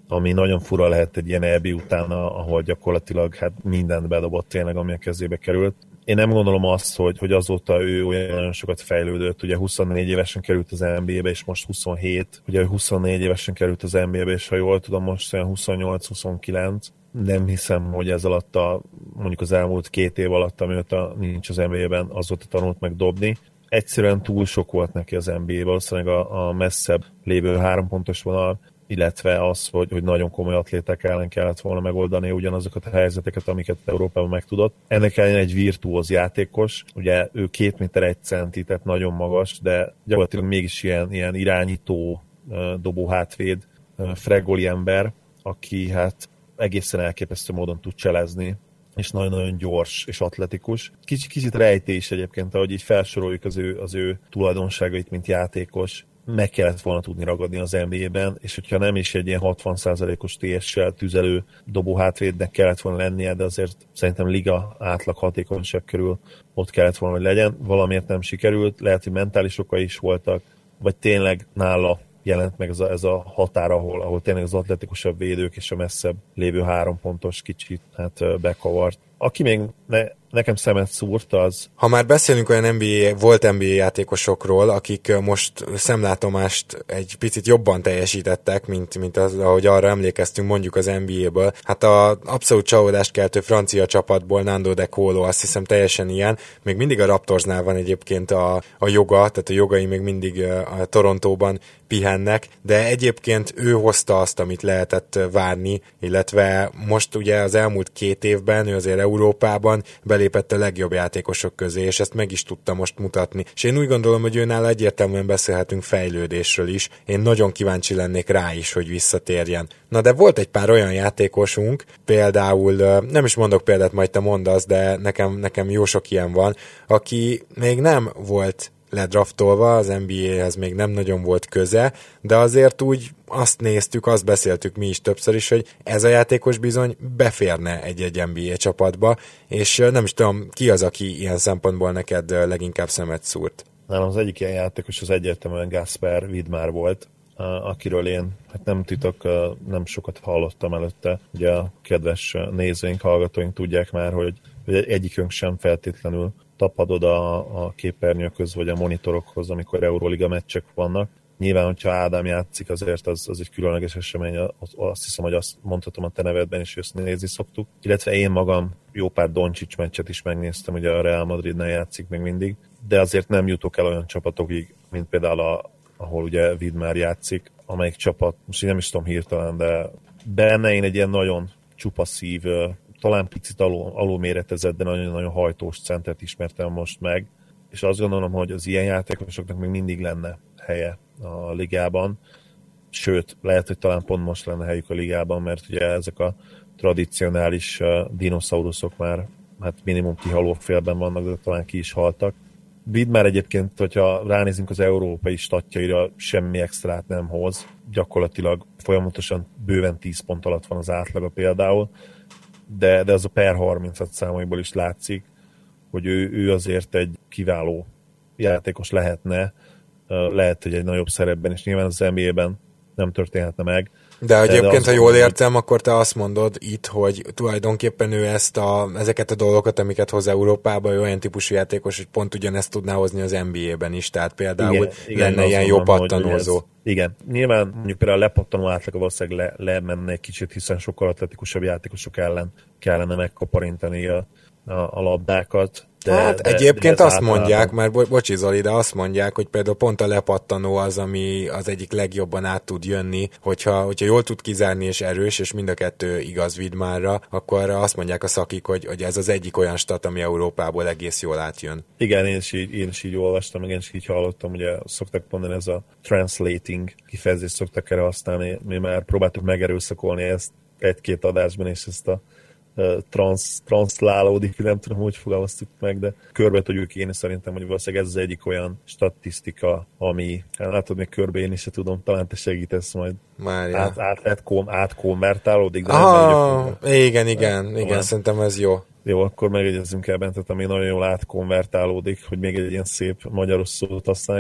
ami nagyon fura lehet egy ilyen é bé utána, ahol gyakorlatilag hát mindent bedobott tényleg, ami a kezébe került. Én nem gondolom azt, hogy, hogy azóta ő olyan nagyon sokat fejlődött, ugye huszonnégy évesen került az en bé á-be, és most huszonhét, ugye huszonnégy évesen került az en bé á-be, és ha jól tudom, most olyan huszonnyolc huszonkilenc, nem hiszem, hogy ez alatt a, mondjuk az elmúlt két év alatt, amióta nincs az en bé á-ben, azóta tanult meg dobni. Egyszerűen túl sok volt neki az en bé á, valószínűleg a, a messzebb lévő három pontos vonal, illetve az, hogy, hogy nagyon komoly atléták ellen kellett volna megoldani ugyanazokat a helyzeteket, amiket Európában megtudott. Ennek ellenére egy virtuóz játékos, ugye ő két méter egy centi, tehát nagyon magas, de gyakorlatilag mégis ilyen, ilyen irányító, dobó hátvéd, fregoli ember, aki hát egészen elképesztő módon tud cselezni, és nagyon-nagyon gyors és atletikus. Kicsit, kicsit rejté is egyébként, ahogy így felsoroljuk az ő, az ő tulajdonságait, mint játékos, meg kellett volna tudni ragadni az en bé á-ben, és hogyha nem is egy ilyen hatvan százalékos té es-sel tüzelő dobó hátvédnek kellett volna lennie, de azért szerintem liga átlag hatékonyság körül ott kellett volna, hogy legyen. Valamiért nem sikerült, lehet, hogy mentális okai is voltak, vagy tényleg nála jelent meg ez a, ez a határ, ahol, ahol tényleg az atletikusabb védők és a messzebb lévő három pontos kicsit hát bekavart. Aki még ne, nekem szemet szúrt, az... Ha már beszélünk olyan en bé á, volt en bé á játékosokról, akik most szemlátomást egy picit jobban teljesítettek, mint, mint az, ahogy arra emlékeztünk mondjuk az en bé á-ből. Hát a abszolút csalódást keltő francia csapatból Nando De Colo, azt hiszem teljesen ilyen. Még mindig a Raptorsnál van egyébként a, a joga, tehát a jogai még mindig a Torontóban pihennek, de egyébként ő hozta azt, amit lehetett várni, illetve most ugye az elmúlt két évben ő azért Európában belépett a legjobb játékosok közé, és ezt meg is tudta most mutatni. És én úgy gondolom, hogy őnála egyértelműen beszélhetünk fejlődésről is. Én nagyon kíváncsi lennék rá is, hogy visszatérjen. Na de volt egy pár olyan játékosunk, például, nem is mondok példát, majd te mondasz, de nekem, nekem jó sok ilyen van, aki még nem volt ledraftolva, az en bé á-hez még nem nagyon volt köze, de azért úgy azt néztük, azt beszéltük mi is többször is, hogy ez a játékos bizony beférne egy-egy en bé á csapatba, és nem is tudom, ki az, aki ilyen szempontból neked leginkább szemet szúrt. Nálam az egyik ilyen játékos az egyértelműen Gasper Vidmar volt, akiről én, hát nem titok, nem sokat hallottam előtte. Ugye a kedves nézőink, hallgatóink tudják már, hogy egyikünk sem feltétlenül tapad oda a képernyőköz vagy a monitorokhoz, amikor Euróliga meccsek vannak. Nyilván, hogyha Ádám játszik, azért az, az egy különleges esemény, azt hiszem, hogy azt mondhatom a te nevedben is, hogy ezt nézni szoktuk. Illetve én magam jó pár Doncsics meccset is megnéztem, ugye a Real Madridnál játszik még mindig, de azért nem jutok el olyan csapatokig, mint például a, ahol ugye Vidmar játszik, amelyik csapat, most én nem is tudom hirtelen, de benne én egy ilyen nagyon csupaszív, talán picit alul, alulméretezett, de nagyon-nagyon hajtós centert ismertem most meg, és azt gondolom, hogy az ilyen játékosoknak még mindig lenne helye a ligában, sőt, lehet, hogy talán pont most lenne helyük a ligában, mert ugye ezek a tradicionális dinoszauruszok már hát minimum kihaló félben vannak, de talán ki is haltak. Vidmar egyébként, hogyha ránézünk az európai statjaira, semmi extrát nem hoz, gyakorlatilag folyamatosan bőven tíz pont alatt van az átlaga például, de, de az a per harmincad számaiból is látszik, hogy ő, ő azért egy kiváló játékos lehetne, lehet, hogy egy nagyobb szerepben, és nyilván az en bé á-ben nem történhetne meg. De egyébként, ha jól értem, akkor te azt mondod itt, hogy tulajdonképpen ő ezt a, ezeket a dolgokat, amiket hoz Európába, ő olyan típusú játékos, hogy pont ugyanezt tudná hozni az en bé á-ben is, tehát például igen, igen, lenne ilyen jó pattanózó. Igen, nyilván mondjuk például a lepattanó átlaga valószínűleg le, lemenne egy kicsit, hiszen sokkal atletikusabb játékosok ellen kellene megkaparintani a, a, a labdákat. De, hát de, egyébként de azt általában... mondják, mert bo- bocsi Zoli, de azt mondják, hogy például pont a lepattanó az, ami az egyik legjobban át tud jönni, hogyha, hogyha jól tud kizárni és erős, és mind a kettő igaz Vidmarra, akkor azt mondják a szakik, hogy, hogy ez az egyik olyan stat, ami Európából egész jól átjön. Igen, én is így, én is így olvastam, meg én is így hallottam, ugye szoktak mondani, ez a translating kifejezést szoktak erre használni, mi már próbáltuk megerőszakolni ezt egy-két adásban, és ezt a Trans, transzlálódik, nem tudom, hogy fogalmaztuk meg, de körbe tudjuk én szerintem, hogy valószínűleg ez az egyik olyan statisztika, ami, hát látod, még körbe én is se tudom, talán te segítesz majd. Már át, át, át, átkonvertálódik, de ah, nem igen, igen, igen, igen, szerintem ez jó. Jó, akkor megegyezzünk ebben, tehát ami nagyon jól átkonvertálódik, hogy még egy ilyen szép magyaros szót használjunk.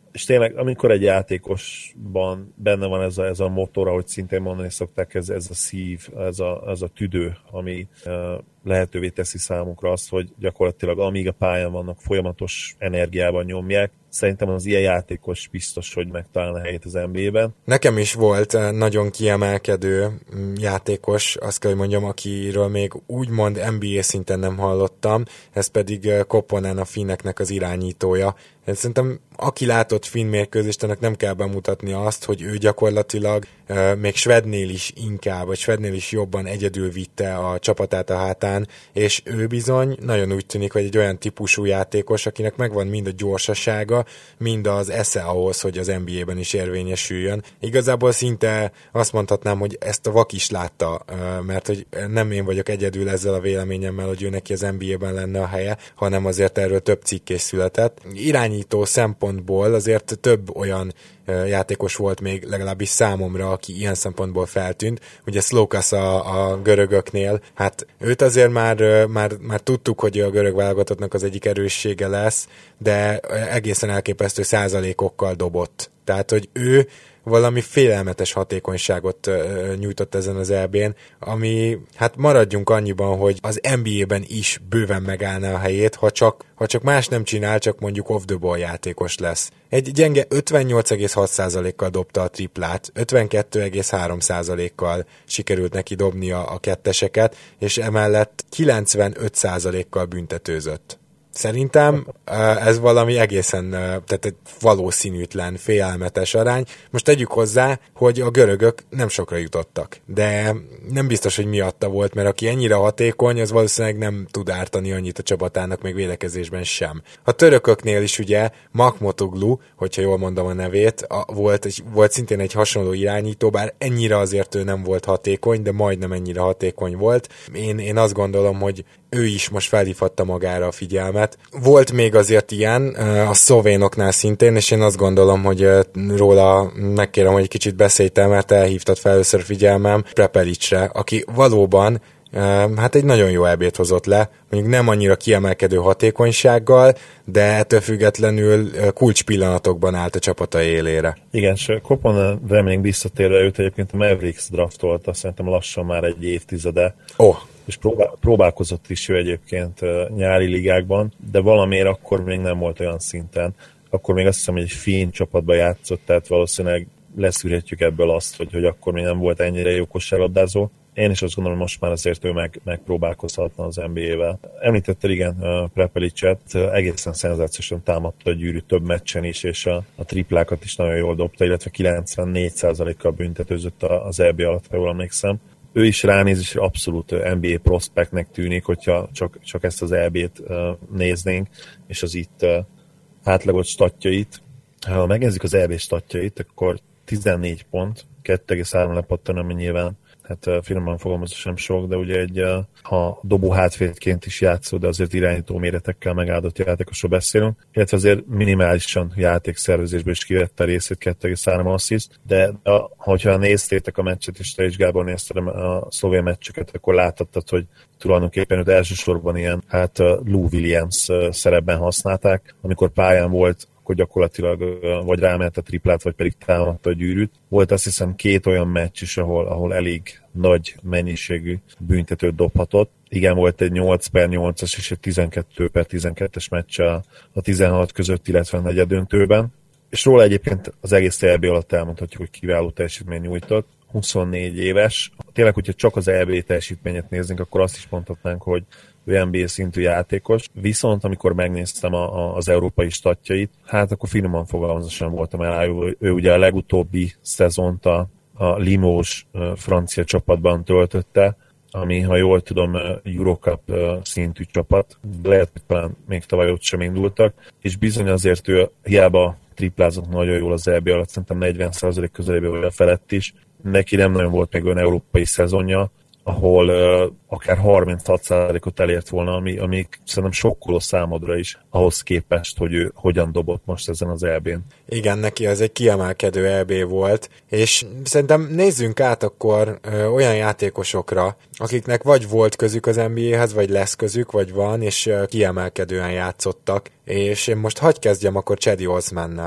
és tényleg, amikor egy játékosban benne van ez a, ez a motor, ahogy szintén mondani szokták, ez, ez a szív, ez a, ez a tüdő, ami uh, lehetővé teszi számukra azt, hogy gyakorlatilag amíg a pályán vannak, folyamatos energiában nyomják. Szerintem az ilyen játékos biztos, hogy megtalálna a helyét az en bé á-ben. Nekem is volt nagyon kiemelkedő játékos, azt kell, hogy mondjam, akiről még úgymond en bé á szinten nem hallottam, ez pedig Kopponen, a finneknek az irányítója. Én szerintem aki látott finn mérkőzést, annak nem kell bemutatni azt, hogy ő gyakorlatilag euh, még Svednél is inkább, vagy Svednél is jobban egyedül vitte a csapatát a hátán, és ő bizony nagyon úgy tűnik, hogy egy olyan típusú játékos, akinek megvan mind a gyorsasága, mind az esze ahhoz, hogy az en bé á-ben is érvényesüljön. Igazából szinte azt mondhatnám, hogy ezt a vak is látta, mert hogy nem én vagyok egyedül ezzel a véleményemmel, hogy ő neki az en bé á-ben lenne a helye, hanem azért erről több cikk is született. Irányító szempontból azért több olyan játékos volt még legalábbis számomra, aki ilyen szempontból feltűnt. Ugye Szlókasz a, a görögöknél, hát őt azért már, már, már tudtuk, hogy a görög válogatottnak az egyik erőssége lesz, de egészen elképesztő százalékokkal dobott. Tehát, hogy ő valami félelmetes hatékonyságot uh, nyújtott ezen az é bén, ami, hát maradjunk annyiban, hogy az en bé á-ben is bőven megállná a helyét, ha csak, ha csak más nem csinál, csak mondjuk off-the-ball játékos lesz. Egy gyenge ötvennyolc egész hat százalékkal dobta a triplát, ötvenkettő egész három százalékkal sikerült neki dobnia a ketteseket, és emellett kilencvenöt százalékkal büntetőzött. Szerintem ez valami egészen, tehát egy valószínűtlen, félelmetes arány. Most tegyük hozzá, hogy a görögök nem sokra jutottak, de nem biztos, hogy miatta volt, mert aki ennyire hatékony, az valószínűleg nem tud ártani annyit a csapatának, még védekezésben sem. A törököknél is ugye Makhmotoglu, hogyha jól mondom a nevét, a, volt, egy, volt szintén egy hasonló irányító, bár ennyire azért ő nem volt hatékony, de majdnem ennyire hatékony volt. Én, én azt gondolom, hogy ő is most felhívhatta magára a figyelmet. Volt még azért ilyen, a szlovénoknál szintén, és én azt gondolom, hogy róla megkérem, hogy egy kicsit beszélj, mert elhívtad fel először figyelmem Prepelicsre, aki valóban hát egy nagyon jó é bét hozott le, mondjuk nem annyira kiemelkedő hatékonysággal, de ettől függetlenül kulcs pillanatokban állt a csapata élére. Igen, és Kopponen reméljünk visszatérve, őt egyébként a Mavericks draftolta, szerintem lassan már egy évtizede. Oh. És próbál, próbálkozott is ő egyébként nyári ligákban, de valamiért akkor még nem volt olyan szinten. Akkor még azt hiszem, hogy egy finn csapatban játszott, tehát valószínűleg leszűrhetjük ebből azt, hogy, hogy akkor még nem volt ennyire jó kosárlabdázó. Én is azt gondolom, hogy most már azért ő meg, megpróbálkozhatna az en bé á-vel. Említetted, igen, Prepelicet egészen szenzációsan támadta a gyűrű több meccsen is, és a, a triplákat is nagyon jól dobta, illetve kilencvennégy százalékkal büntetőzött az é bé alatt, ha jól emlékszem. Ő is ránézésre abszolút en bé á prospektnek tűnik, hogyha csak, csak ezt az é bét uh, néznénk, és az itt uh, átlagos statjait. Ha megnézzük az é bé statjait, akkor tizennégy pont, kettő egész három lepattan, ami nyilván hát finoman fogalmazva sem sok, de ugye egy, ha dobó hátvédként is játszó, de azért irányító méretekkel megáldott játékosról beszélünk, illetve azért minimálisan játékszervezésből is kivette a részét, kettő egész három assziszt, de a, hogyha néztétek a meccset, és te is Gábor nézted a szlovén meccseket, akkor láthattad, hogy tulajdonképpen őt elsősorban ilyen hát Lou Williams szerepben használták, amikor pályán volt, akkor gyakorlatilag vagy ráment a triplát, vagy pedig támadta a gyűrűt. Volt azt hiszem két olyan meccs is, ahol, ahol elég nagy mennyiségű büntetőt dobhatott. Igen, volt egy nyolc per nyolcas és egy tizenkettő per tizenkettes meccs a, a tizenhat között, illetve a negyedöntőben. És róla egyébként az egész é bé alatt elmondhatjuk, hogy kiváló teljesítmény nyújtott. huszonnégy éves. Tényleg, hogyha csak az é bé teljesítményet nézzünk, akkor azt is mondhatnánk, hogy ő en bé á szintű játékos, viszont amikor megnéztem a, a, az európai statjait, hát akkor finoman fogalmazva sem voltam elájulva. Ő ugye a legutóbbi szezont a, a Limoges francia csapatban töltötte, ami, ha jól tudom, Eurocup szintű csapat, lehet, hogy talán még tavaly ott sem indultak, és bizony azért ő hiába triplázott nagyon jól az é bé alatt, szerintem negyven százalék közelében vagy a felett is, neki nem nagyon volt még olyan európai szezonja, ahol uh, akár harminchat százalékot elért volna, ami, ami szerintem sokkoló számodra is, ahhoz képest, hogy ő hogyan dobott most ezen az é bén. Igen, neki az egy kiemelkedő é bé volt, és szerintem nézzünk át akkor ö, olyan játékosokra, akiknek vagy volt közük az en bé á-hez, vagy lesz közük, vagy van, és ö, kiemelkedően játszottak, és én most hadd kezdjem akkor Cedi Osmannel.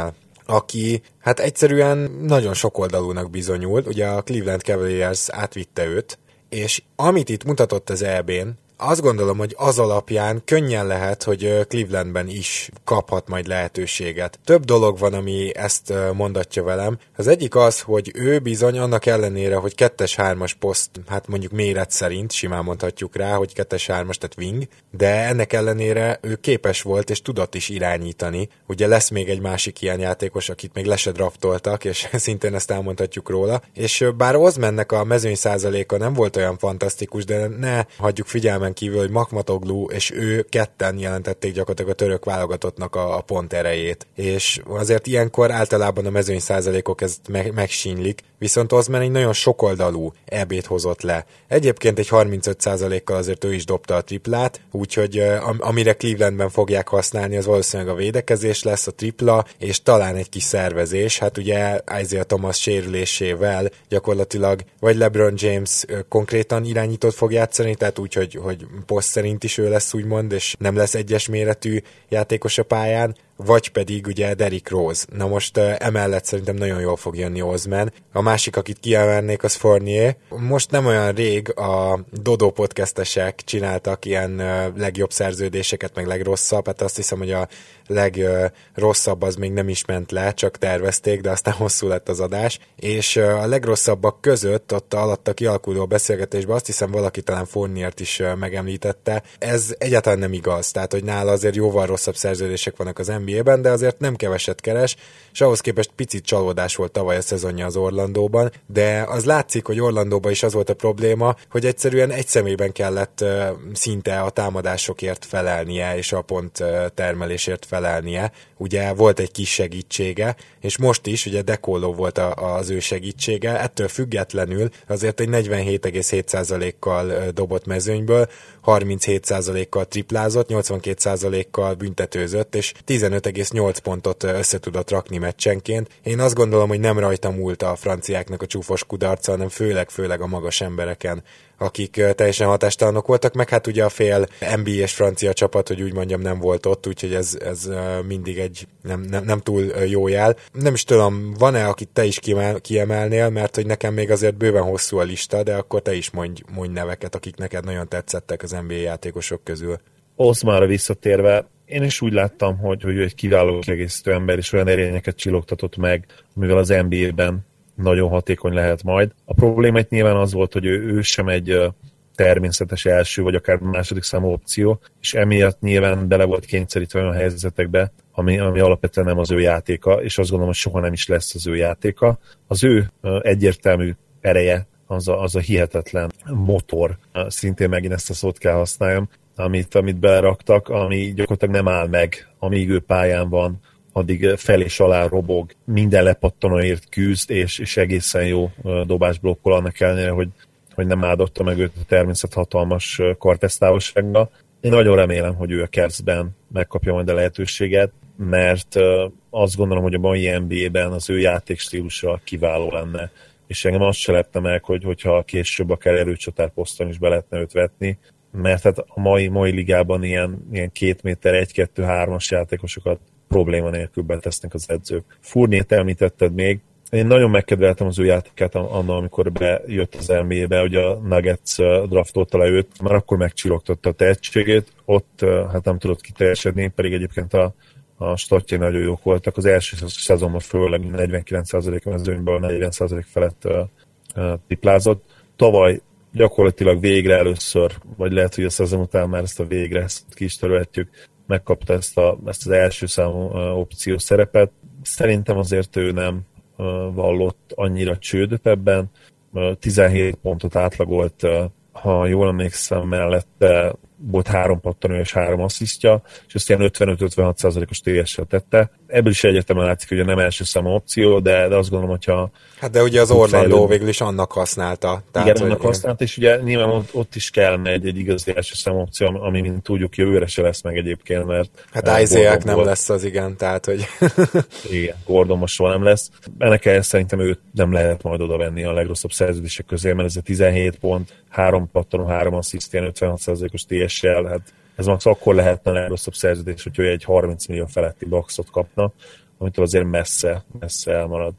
aki hát egyszerűen nagyon sokoldalúnak bizonyult, ugye a Cleveland Cavaliers átvitte őt, és amit itt mutatott az é bén, azt gondolom, hogy az alapján könnyen lehet, hogy Clevelandben is kaphat majd lehetőséget. Több dolog van, ami ezt mondatja velem. Az egyik az, hogy ő bizony annak ellenére, hogy kettes-hármas poszt, hát mondjuk méret szerint, simán mondhatjuk rá, hogy kettes-hármas, tehát wing, de ennek ellenére ő képes volt és tudott is irányítani. Ugye lesz még egy másik ilyen játékos, akit még le se draftoltak, és szintén ezt elmondhatjuk róla. És bár Osmannek a mezőny százaléka nem volt olyan fantasztikus, de ne hagyjuk figyelmen kívül, hogy Makhmatoglu és ő ketten jelentették gyakorlatilag a török válogatottnak a, a pont erejét. És azért ilyenkor általában a mezőny százalékok ezt meg, megsínylik, viszont Osman egy nagyon sokoldalú é bét hozott le. Egyébként egy harmincöt százalékkal azért ő is dobta a triplát, úgyhogy am, amire Clevelandben fogják használni, az valószínűleg a védekezés lesz, a tripla, és talán egy kis szervezés. Hát ugye Isaiah Thomas sérülésével gyakorlatilag vagy LeBron James konkrétan irányítót fog játszani, tehát úgy, hogy, hogy poszt szerint is ő lesz úgymond, és nem lesz egyes méretű játékos a pályán, vagy pedig ugye Derrick Rose. Na most uh, emellett szerintem nagyon jól fog jönni Osman. A másik, akit kiemelnék, az Fournier. Most nem olyan rég a Dodo podcastesek csináltak ilyen uh, legjobb szerződéseket, meg legrosszabb, hát azt hiszem, hogy a legrosszabb uh, az még nem is ment le, csak tervezték, de aztán hosszú lett az adás, és uh, a legrosszabbak között ott alatta kialakuló beszélgetésben azt hiszem valaki talán Fourniert is uh, megemlítette. Ez egyáltalán nem igaz, tehát hogy nála azért jóval rosszabb szerződések vannak az en bé á-ben, de azért nem keveset keres, és ahhoz képest picit csalódás volt tavaly a szezonja az Orlandóban, de az látszik, hogy Orlandóban is az volt a probléma, hogy egyszerűen egy személyben kellett uh, szinte a támadásokért felelnie, és a pont uh, termelésért felelnie. Ugye volt egy kis segítsége, és most is, ugye Dekolo volt a, az ő segítsége, ettől függetlenül azért egy negyvenhét egész hét százalékkal dobott mezőnyből, harminchét százalékkal triplázott, nyolcvankét százalékkal büntetőzött, és tizenöt egész nyolc pontot össze tudott rakni meccsenként. Én azt gondolom, hogy nem rajta múlt a franciáknak a csúfos kudarca, hanem főleg-főleg a magas embereken, akik teljesen hatástalanok voltak, meg hát ugye a fél en bé á-s francia csapat, hogy úgy mondjam, nem volt ott, úgyhogy ez, ez mindig egy nem, nem, nem túl jó jel. Nem is tudom, van-e, akit te is kiemelnél, mert hogy nekem még azért bőven hosszú a lista, de akkor te is mondj, mondj neveket, akik neked nagyon tetszettek az en bé á játékosok közül. Osmanra visszatérve, én is úgy láttam, hogy, hogy ő egy kiváló kiegészítő ember, és olyan erényeket csillogtatott meg, mivel az en bé á-ben nagyon hatékony lehet majd. A probléma itt nyilván az volt, hogy ő, ő sem egy természetes első, vagy akár második számú opció, és emiatt nyilván bele volt kényszerítve olyan helyzetekbe, ami, ami alapvetően nem az ő játéka, és azt gondolom, hogy soha nem is lesz az ő játéka. Az ő egyértelmű ereje, az a, az a hihetetlen motor, szintén megint ezt a szót kell használjam, amit, amit beleraktak, ami gyakorlatilag nem áll meg, amíg ő pályán van, addig fel és alá robog, minden lepattanóért küzd, és, és egészen jó dobásblokkol, annak ellenére, hogy, hogy nem áldotta meg őt a természet hatalmas kartesztávolsággal. Én nagyon remélem, hogy ő a Cavs-ben megkapja majd a lehetőséget, mert azt gondolom, hogy a mai en bé á-ben az ő játékstílusa kiváló lenne, és engem azt se lepte meg, hogy, hogyha később akár erőcsatár poszton is be lehetne őt vetni, mert hát a mai, mai ligában ilyen, ilyen két méter, egy, kettő, hármas játékosokat probléma nélkül betesznek az edzők. Fourniert említetted még, én nagyon megkedveltem az ő játékát annól, amikor bejött az en bé á-be, hogy a Nuggets draftolta le őt, már akkor megcsillogtatta a tehetségét, ott hát nem tudott kiteljesedni, pedig egyébként a, a statjai nagyon jók voltak. Az első szezonban főleg negyvenkilenc százalék mezőnyből negyven százalék felett triplázott. Tavaly gyakorlatilag végre először, vagy lehet, hogy a szezon után már ezt a végre ezt ki is törölhetjük, megkapta ezt, a, ezt az első számú opciós szerepet. Szerintem azért ő nem vallott annyira csődöt ebben. tizenhét pontot átlagolt, ha jól emlékszem, mellette volt három pattanő és három asszisztja, és ezt ilyen ötvenöt-ötvenhat százalékos té es-sel tette. Ebből is egyértelműen látszik, hogy nem első számú opció, de, de azt gondolom, hogyha... Hát de ugye az Orlandó fejlőd... végül is annak használta. Tehát, igen, annak használta, és ugye nyilván ott, ott is kellene egy, egy igazi első számú opció, ami, mint tudjuk, jövőre se lesz meg egyébként, mert... Hát Isaiah nem lesz az, igen, tehát, hogy... igen, Gordon most soha nem lesz. Ennek el szerintem őt nem lehet majd oda venni a legrosszabb szerződések közé, mert ez a tizenhét pont, három pattanó, három assziszt, ilyen ötvenhat százalékos té es-sel, hát ez max akkor lehetne a legrosszabb szerződés, hogy ő egy harminc millió feletti boxot kapna, amitől azért messze, messze elmarad.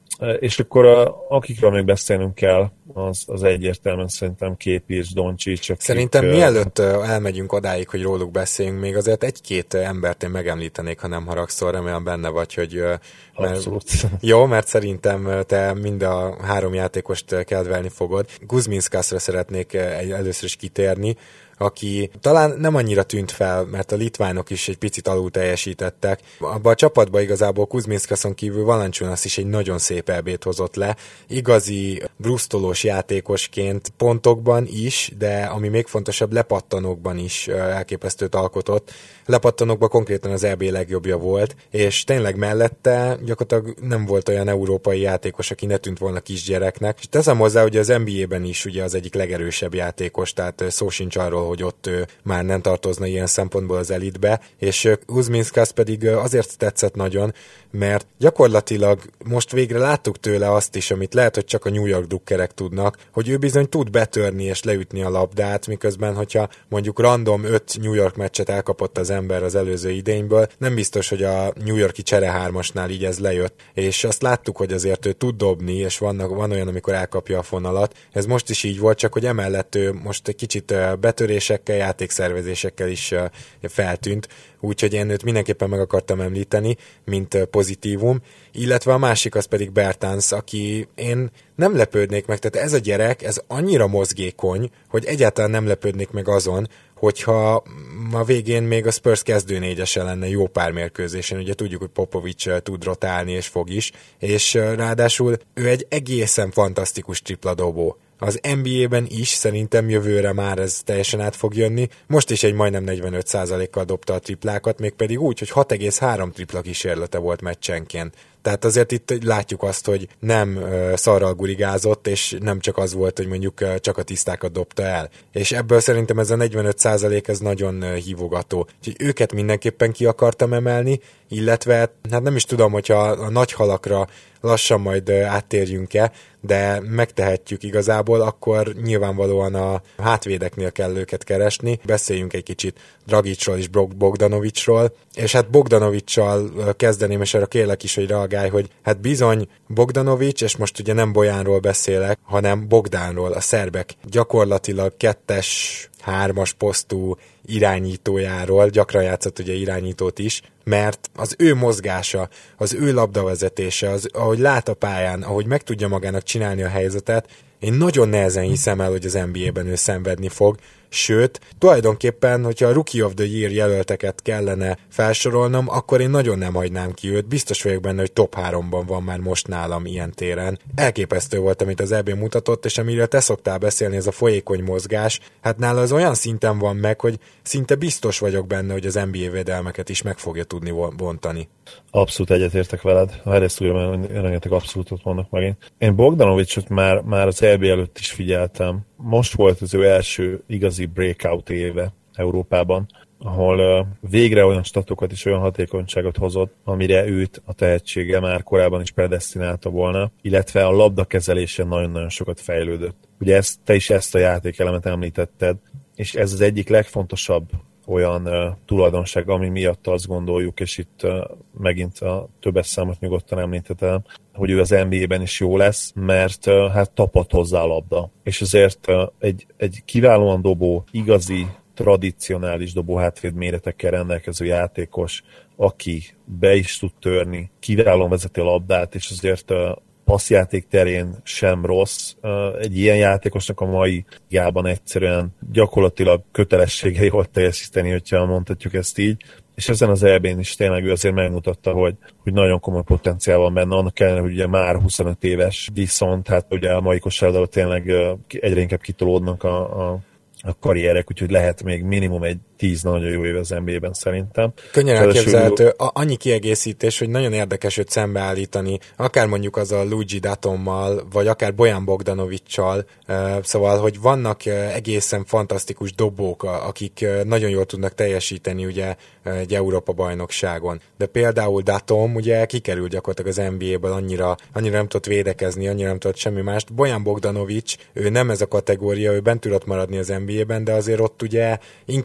És akkor a, akikről még beszélnünk kell, az, az egyértelműen szerintem Képis, Doncsics. Szerintem uh, mielőtt elmegyünk odáig, hogy róluk beszéljünk, még azért egy-két embert én megemlítenék, ha nem haragszol, remélem benne vagy, hogy... Mert, abszolút. Jó, mert szerintem te mind a három játékost kedvelni fogod. Kuzminskasra szeretnék először is kitérni, aki talán nem annyira tűnt fel, mert a litvánok is egy picit alul teljesítettek. Abba a csapatba igazából Kuzminskason kívül Valanciunas is egy nagyon szép é bét hozott le. Igazi brusztolós játékosként pontokban is, de ami még fontosabb, lepattanókban is elképesztőt alkotott. Lepattanókban konkrétan az é bé legjobbja volt, és tényleg mellette gyakorlatilag nem volt olyan európai játékos, aki ne tűnt volna kisgyereknek. És teszem hozzá, hogy az en bé á-ben is ugye az egyik legerősebb játékos, tehát szó sincs arról, hogy ott ő már nem tartozna ilyen szempontból az elitbe, és Kuzminskas pedig azért tetszett nagyon, mert gyakorlatilag most végre láttuk tőle azt is, amit lehet, hogy csak a New York drukkerek tudnak, hogy ő bizony tud betörni és leütni a labdát, miközben, hogyha mondjuk random öt New York meccset elkapott az ember az előző idényből, nem biztos, hogy a New Yorki cserehármasnál így ez lejött, és azt láttuk, hogy azért ő tud dobni, és vannak, van olyan, amikor elkapja a fonalat. Ez most is így volt, csak hogy emellett ő most egy kicsit betörésekkel, játékszervezésekkel is feltűnt, úgyhogy én őt mindenképpen meg akartam említeni, mint pozitívum, illetve a másik az pedig Bertans, aki én nem lepődnék meg, tehát ez a gyerek, ez annyira mozgékony, hogy egyáltalán nem lepődnék meg azon, hogyha a végén még a Spurs kezdőnégyese lenne jó pár mérkőzésen, ugye tudjuk, hogy Popovics tud rotálni és fog is, és ráadásul ő egy egészen fantasztikus tripladobó. Az en bé á-ben is szerintem jövőre már ez teljesen át fog jönni. Most is egy majdnem negyvenöt százalékkal dobta a triplákat, mégpedig úgy, hogy hat egész három tripla kísérlete volt meccsenként. Tehát azért itt látjuk azt, hogy nem uh, szarral gurigázott, és nem csak az volt, hogy mondjuk uh, csak a tisztákat dobta el. És ebből szerintem ez a negyvenöt százalék ez nagyon uh, hívogató. Úgyhogy őket mindenképpen ki akartam emelni, illetve hát nem is tudom, hogyha a nagy halakra lassan majd uh, áttérjünk-e, de megtehetjük igazából, akkor nyilvánvalóan a hátvédeknél kell őket keresni. Beszéljünk egy kicsit Dragicról és Bogdanovicsról, és hát Bogdanovicssal kezdeném, és arra kérlek is, hogy reagálj, hogy hát bizony Bogdanovics, és most ugye nem Bojánról beszélek, hanem Bogdánról, a szerbek gyakorlatilag kettes, hármas posztú irányítójáról, gyakran játszott ugye irányítót is, mert az ő mozgása, az ő labdavezetése, az, ahogy lát a pályán, ahogy meg tudja magának csinálni a helyzetet, én nagyon nehezen hiszem el, hogy az en bé á-ben ő szenvedni fog, sőt, tulajdonképpen, hogyha a Rookie of the Year jelölteket kellene felsorolnom, akkor én nagyon nem hagynám ki őt, biztos vagyok benne, hogy top háromban van már most nálam ilyen téren. Elképesztő volt, amit az é bé mutatott, és amiről te szoktál beszélni, ez a folyékony mozgás, hát nála az olyan szinten van meg, hogy szinte biztos vagyok benne, hogy az en bé á védelmeket is meg fogja tudni bontani. Abszolút egyetértek veled. Ha ezt újra rengeteg abszolútot mondok megint. Én Bogdanovicsot már, már az é bé előtt is figyeltem. Most volt az ő első igazi breakout éve Európában, ahol uh, végre olyan statokat és olyan hatékonyságot hozott, amire őt a tehetsége már korábban is predesztinálta volna, illetve a labdakezelésen nagyon-nagyon sokat fejlődött. Ugye ezt, te is ezt a játékelemet említetted, és ez az egyik legfontosabb olyan uh, tulajdonság, ami miatt azt gondoljuk, és itt uh, megint a többes számot nyugodtan említettem, hogy ő az en bé á-ben is jó lesz, mert uh, hát tapad hozzá a labda. És azért uh, egy, egy kiválóan dobó, igazi, tradicionális dobó hátvéd méretekkel rendelkező játékos, aki be is tud törni, kiválóan vezeti a labdát, és azért uh, passzjáték terén sem rossz. Egy ilyen játékosnak a mai ligában egyszerűen gyakorlatilag kötelessége volt teljesíteni, hogyha mondhatjuk ezt így. És ezen az é bén is tényleg ő azért megmutatta, hogy, hogy nagyon komoly potenciál van benne, annak ellenére, hogy ugye már huszonöt éves, viszont hát ugye a mai kosárlabdában tényleg egyre inkább kitolódnak a, a a karrierek, úgyhogy lehet még minimum egy tíz nagyon jó év az en bé á-ben szerintem. Könnyen elképzelhető. Annyi kiegészítés, hogy nagyon érdekes őt szembeállítani, akár mondjuk az a Luigi Datommal, vagy akár Bojan Bogdanovics-sal, szóval, hogy vannak egészen fantasztikus dobók, akik nagyon jól tudnak teljesíteni ugye egy Európa-bajnokságon. De például Datom ugye kikerült gyakorlatilag az en bé á-ből, annyira, annyira nem tudott védekezni, annyira nem tudott semmi mást. Bojan Bogdanovics, ő nem ez a kategória, ő bent tudott maradni az en bé á-ben, de azért ott ugye inkább egy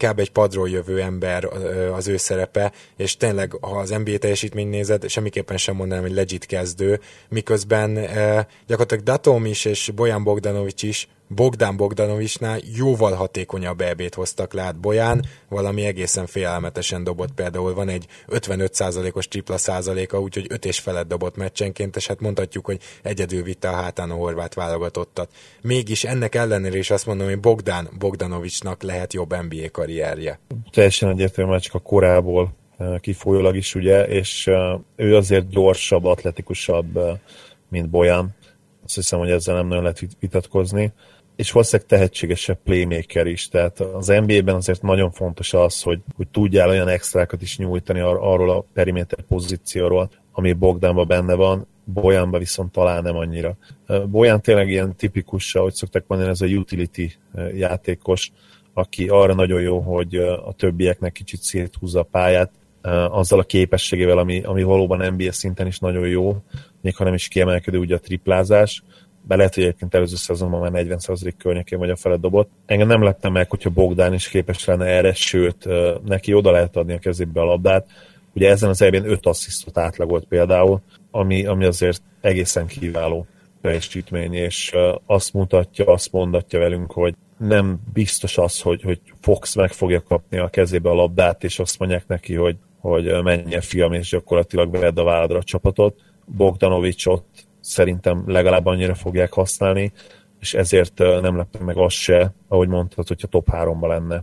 padról jövő ember az ő szerepe, és tényleg, ha az en bé á teljesítmény nézed, semmiképpen sem mondanám, hogy legit kezdő, miközben gyakorlatilag Datom is, és Bojan Bogdanovics is Bogdan Bogdanovicsnál jóval hatékonyabb é bét hoztak le, át Bojan valami egészen félelmetesen dobott, például van egy ötvenöt százalékos tripla százaléka, úgyhogy öt és felett dobott meccsenként, és hát mondhatjuk, hogy egyedül vitte a hátán a horvát válogatottat. Mégis ennek ellenére is azt mondom, hogy Bogdan Bogdanovicsnak lehet jobb en bé á karrierje. Teljesen egyértelműen csak a korából kifolyólag is, ugye, és ő azért gyorsabb, atletikusabb, mint Bojan. Azt hiszem, hogy ezzel nem nagyon lehet vitatkozni. És valószínűleg tehetségesebb playmaker is, tehát az en bé á-ben azért nagyon fontos az, hogy, hogy tudjál olyan extrákat is nyújtani ar- arról a periméter pozícióról, ami Bogdanban benne van, Bojanban viszont talán nem annyira. Bojan tényleg ilyen tipikus, ahogy szokták mondani, ez a utility játékos, aki arra nagyon jó, hogy a többieknek kicsit széthúzza a pályát, azzal a képességével, ami, ami valóban en bé á szinten is nagyon jó, még ha nem is kiemelkedő ugye a triplázás, be lehet, hogy egyébként előző szezonban már negyven százalék környékén vagy a fele dobott. Engem nem lepne meg, hogyha Bogdan is képes lenne erre, sőt, neki oda lehet adni a kezébe a labdát. Ugye ezen az é bén öt asszisztot átlagolt például, ami, ami azért egészen kiváló teljesítmény, és azt mutatja, azt mondatja velünk, hogy nem biztos az, hogy, hogy Fox meg fogja kapni a kezébe a labdát, és azt mondják neki, hogy, hogy menjen fiam, és gyakorlatilag vedd a válladra a csapatot. Bogdanovicsot szerintem legalább annyira fogják használni, és ezért nem lepne meg az se, ahogy mondtad, hogyha top háromba lenne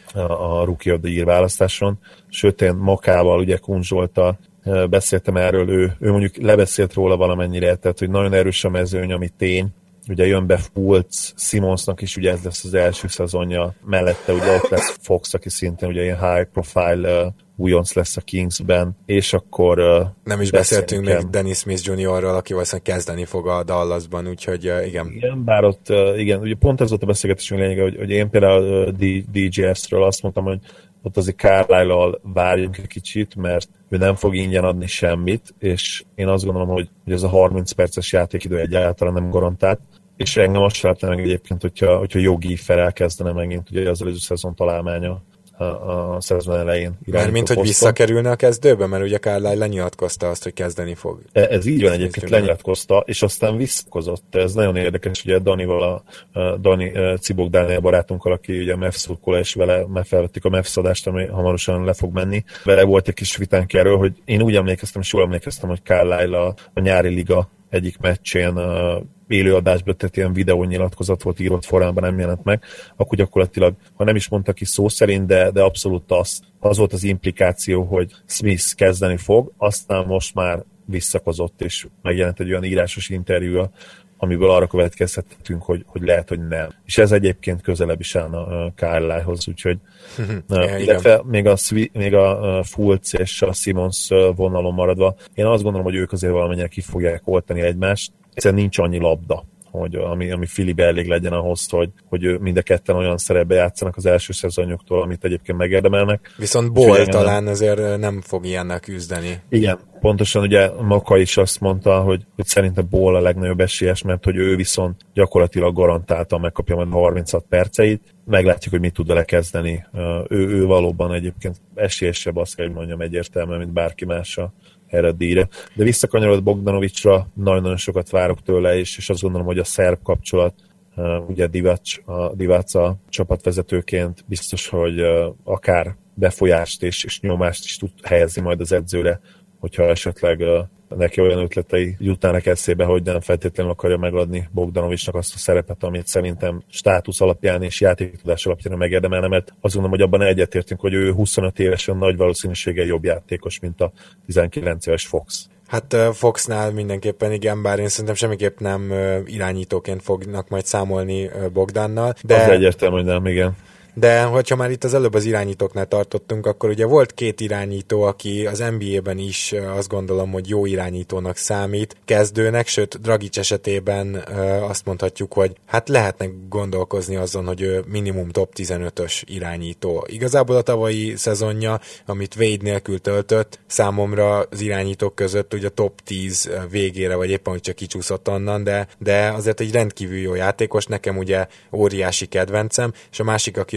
a Rookie of the Year választáson. Sőt, én Makával, ugye Kun Zsolttal beszéltem erről, ő, ő mondjuk lebeszélt róla valamennyire, tehát hogy nagyon erős a mezőny, ami tény. Ugye jön be Fultz, Simonsnak is ugye ez lesz az első szezonja, mellette ugye ott lesz Fox, aki szintén ugye ilyen high profile uh, újonc lesz a Kingsben, és akkor uh, nem is beszéltünk még Dennis Smith juniorról, aki valószínűleg kezdeni fog a Dallasban, úgyhogy uh, igen. Igen, bár ott uh, igen, ugye pont ez volt a beszélgetésünk lényege, hogy, hogy én például uh, dé jé es-ről azt mondtam, hogy ott azért Carlisle-al várjunk egy kicsit, mert ő nem fog ingyen adni semmit, és én azt gondolom, hogy, hogy ez a harminc perces játékidő egyáltalán nem garantált, és engem azt sem lehetne meg egyébként, hogyha, hogyha Jogi fel elkezdene megint ugye az előző szezon találmánya a, a szezon elején. Mert mint, hogy visszakerülne a kezdőbe, mert ugye Carlisle lenyilatkozta azt, hogy kezdeni fog. Ez így van, egyébként lenyilatkozta, és aztán visszakozott. Ez nagyon érdekes, ugye Danival, a, a Dani Cibok Dániel barátunkkal, aki ugye mef szurkoló, és vele felvettük a mef adást, ami hamarosan le fog menni. Vele volt egy kis vitánk erről, hogy én úgy emlékeztem, és jól emlékeztem, hogy Carlisle a, a nyári liga egyik meccsén uh, élőadásban, tehát ilyen videónyilatkozat volt, írott formában, nem jelent meg, akkor gyakorlatilag, ha nem is mondta ki szó szerint, de, de abszolút az, az volt az implikáció, hogy Smith kezdeni fog, aztán most már visszakozott, és megjelent egy olyan írásos interjú, amiből arra következhetünk, hogy, hogy lehet, hogy nem. És ez egyébként közelebb is áll a Carlisle-hoz, úgyhogy yeah, illetve még a, még a Fultz és a Simons vonalon maradva, én azt gondolom, hogy ők azért valamennyire ki fogják oltani egymást, egyszerűen nincs annyi labda, hogy ami, ami Filibe elég legyen ahhoz, hogy, hogy mind a ketten olyan szerepbe játszanak az első szezonjuktól, amit egyébként megérdemelnek. Viszont Ball talán azért nem fog ilyennel küzdeni. Igen, pontosan ugye Maka is azt mondta, hogy, hogy szerintem Ball a legnagyobb esélyes, mert hogy ő viszont gyakorlatilag garantáltan megkapja majd harminchat perceit, meglátjuk, hogy mit tud vele kezdeni. Ő, ő valóban egyébként esélyesebb, azt kell, hogy mondjam, egyértelműen, mint bárki mása erre a díjra. De visszakanyarodott Bogdanovicsra, nagyon-nagyon sokat várok tőle, és, és azt gondolom, hogy a szerb kapcsolat, uh, ugye Divac a, Divac a csapatvezetőként biztos, hogy uh, akár befolyást és, és nyomást is tud helyezni majd az edzőre, hogyha esetleg uh, neki olyan ötletei jutnának eszébe, hogy nem feltétlenül akarja megadni Bogdanovicsnak azt a szerepet, amit szerintem státusz alapján és játéktudás alapján megérdemelne, mert azt gondolom, hogy abban egyetértünk, hogy ő huszonöt évesen nagy valószínűséggel jobb játékos, mint a tizenkilenc éves Fox. Hát Foxnál mindenképpen igen, bár én szerintem semmiképp nem irányítóként fognak majd számolni Bogdannal. De... Az egyértelmű, hogy nem, igen. De hogyha már itt az előbb az irányítóknál tartottunk, akkor ugye volt két irányító, aki az en bé á-ben is azt gondolom, hogy jó irányítónak számít, kezdőnek, sőt Dragic esetében azt mondhatjuk, hogy hát lehetne gondolkozni azon, hogy ő minimum top tizenötös irányító. Igazából a tavalyi szezonja, amit Wade nélkül töltött, számomra az irányítók között ugye a top tíz végére, vagy éppen, hogy csak kicsúszott onnan, de, de azért egy rendkívül jó játékos, nekem ugye óriási kedvencem, és a másik, aki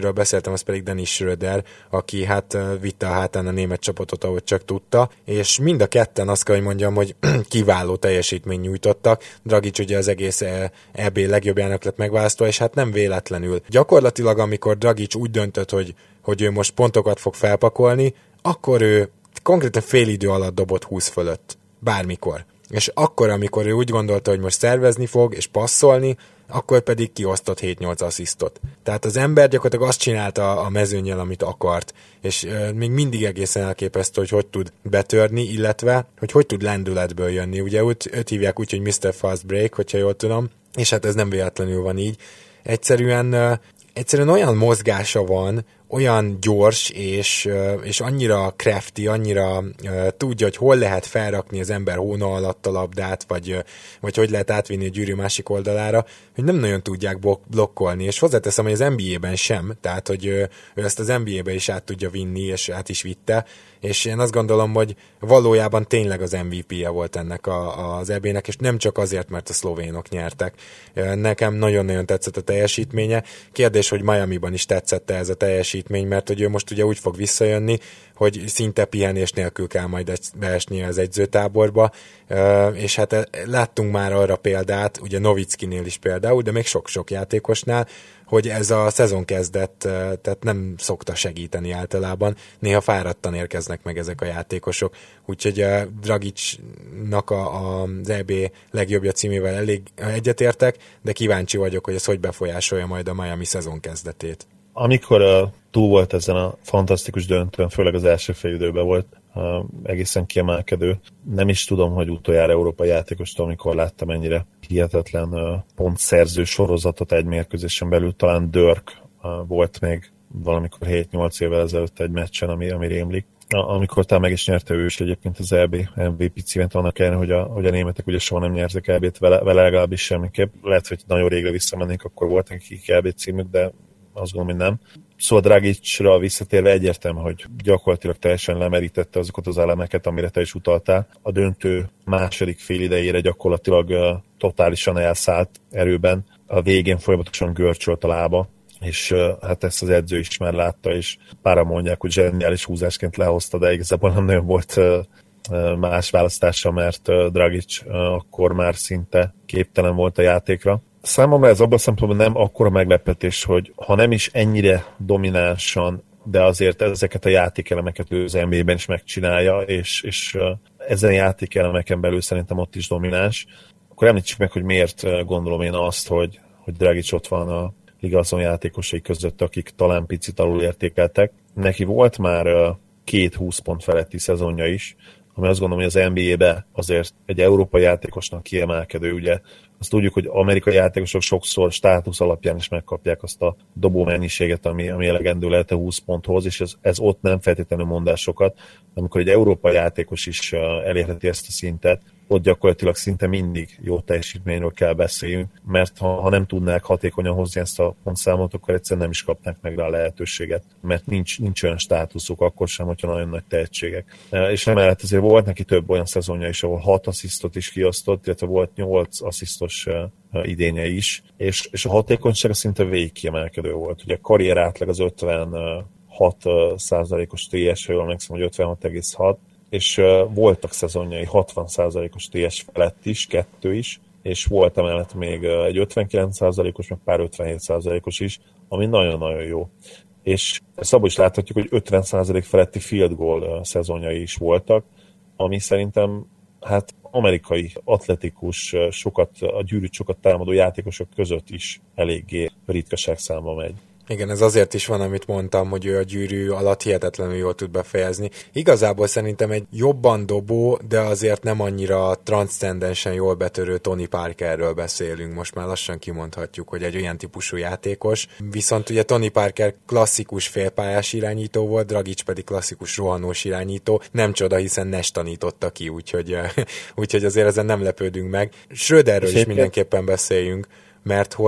akiről beszéltem, az pedig Dennis Schröder, aki hát vitte a hátán a német csapatot, ahogy csak tudta, és mind a ketten azt kell, hogy mondjam, hogy kiváló teljesítmény nyújtottak. Dragic ugye az egész é bé legjobbjának lett megválasztva, és hát nem véletlenül. Gyakorlatilag, amikor Dragic úgy döntött, hogy, hogy ő most pontokat fog felpakolni, akkor ő konkrétan fél idő alatt dobott húsz fölött. Bármikor. És akkor, amikor ő úgy gondolta, hogy most szervezni fog, és passzolni, akkor pedig kiosztott hét-nyolc asszisztot. Tehát az ember gyakorlatilag azt csinálta a mezőnyel, amit akart, és euh, még mindig egészen elképesztő, hogy hogy tud betörni, illetve, hogy hogy tud lendületből jönni. Ugye őt, őt hívják úgy, hogy miszter Fast Break, hogyha jól tudom, és hát ez nem véletlenül van így. Egyszerűen, euh, egyszerűen olyan mozgása van, olyan gyors, és, és annyira crafty, annyira uh, tudja, hogy hol lehet felrakni az ember hóna alatt a labdát, vagy, vagy hogy lehet átvinni a gyűrű másik oldalára, hogy nem nagyon tudják blokkolni, és hozzáteszem, hogy az en bé á-ben sem, tehát, hogy ő, ő ezt az en bé á-be is át tudja vinni, és át is vitte, és én azt gondolom, hogy valójában tényleg az em vé pé-je volt ennek a, az é bé-nek, és nem csak azért, mert a szlovénok nyertek. Nekem nagyon-nagyon tetszett a teljesítménye. Kérdés, hogy Miamiban is tetszett ez a teljesítmény, mert hogy ő most ugye úgy fog visszajönni, hogy szinte pihenés nélkül kell majd beesnie az edzőtáborba, és hát láttunk már arra példát, ugye Novickinél is például, de még sok-sok játékosnál, hogy ez a szezon kezdett, tehát nem szokta segíteni általában, néha fáradtan érkeznek meg ezek a játékosok, úgyhogy a Dragicnak a, a, az é bé legjobbja címével elég egyetértek, de kíváncsi vagyok, hogy ez hogy befolyásolja majd a Miami szezon kezdetét. Amikor uh, túl volt ezen a fantasztikus döntőn, főleg az első fél időben volt uh, egészen kiemelkedő. Nem is tudom, hogy utoljára európai játékostól, amikor láttam ennyire hihetetlen uh, pontszerző sorozatot egy mérkőzésen belül, talán Dirk uh, volt még valamikor hét-nyolc évvel ezelőtt egy meccsen, ami, ami rémlik. Amikor talán meg is nyerte ő is egyébként az é bé em vé pé címet, annak ellenére, hogy a, hogy a németek ugye soha nem nyertek é bét vele, vele legalábbis semmiképp. Lehet, hogy nagyon régre visszamennénk, akkor volt nekik é bé címük, de azt gondolom, hogy nem. Szóval Dragicra visszatérve egyértelmű, hogy gyakorlatilag teljesen lemerítette azokat az elemeket, amire te is utaltál. A döntő második fél idejére gyakorlatilag uh, totálisan elszállt erőben. A végén folyamatosan görcsölt a lába, és uh, hát ezt az edző is már látta, és pára mondják, hogy zseniális húzásként lehozta, de igazából nem nagyon volt uh, más választása, mert uh, Dragic uh, akkor már szinte képtelen volt a játékra. Számomra ez abban a szempontból nem akkora meglepetés, hogy ha nem is ennyire dominánsan, de azért ezeket a játékelemeket ő az en bé á-ben is megcsinálja, és, és ezen játékelemeken belül szerintem ott is domináns. Akkor említsük meg, hogy miért gondolom én azt, hogy, hogy Dragic ott van a liga azon játékosai között, akik talán picit alul értékeltek. Neki volt már két húsz pont feletti szezonja is, ami azt gondolom, hogy az en bé á-be azért egy európai játékosnak kiemelkedő, ugye azt tudjuk, hogy amerikai játékosok sokszor státusz alapján is megkapják azt a dobó mennyiséget, ami, ami elegendő lehet a húsz ponthoz, és ez, ez ott nem feltétlenül mondás sokat, amikor egy európai játékos is elérheti ezt a szintet, ott gyakorlatilag szinte mindig jó teljesítményről kell beszéljünk, mert ha, ha nem tudnák hatékonyan hozni ezt a pontszámot, akkor egyszerűen nem is kapnák meg rá a lehetőséget, mert nincs, nincs olyan státuszuk, akkor sem, hogyha nagyon nagy tehetségek. És emellett azért volt neki több olyan szezonja is, ahol hat asszisztot is kiosztott, illetve volt nyolc asszisztos idénye is, és, és a hatékonysága szinte végig kiemelkedő volt. Ugye a karrier átlag az ötvenhat százalékos té es, ha jól emlékszem, hogy ötvenhat egész hat, és uh, voltak szezonjai hatvan százalékos té es felett is, kettő is, és volt emellett még uh, egy ötvenkilenc százalékos, meg pár ötvenhét százalékos is, ami nagyon-nagyon jó. És ezt abban is láthatjuk, hogy ötven százalék feletti field goal uh, szezonjai is voltak, ami szerintem hát amerikai, atletikus, uh, sokat, a gyűrűt sokat támadó játékosok között is eléggé ritkaság számba megy. Igen, ez azért is van, amit mondtam, hogy ő a gyűrű alatt hihetetlenül jól tud befejezni. Igazából szerintem egy jobban dobó, de azért nem annyira transzcendensen jól betörő Tony Parkerről beszélünk. Most már lassan kimondhatjuk, hogy egy olyan típusú játékos. Viszont ugye Tony Parker klasszikus félpályás irányító volt, Dragic pedig klasszikus rohanós irányító. Nem csoda, hiszen Nash tanította ki, úgyhogy, úgyhogy azért ezen nem lepődünk meg. Schröderről is mindenképpen beszéljünk, mert hogy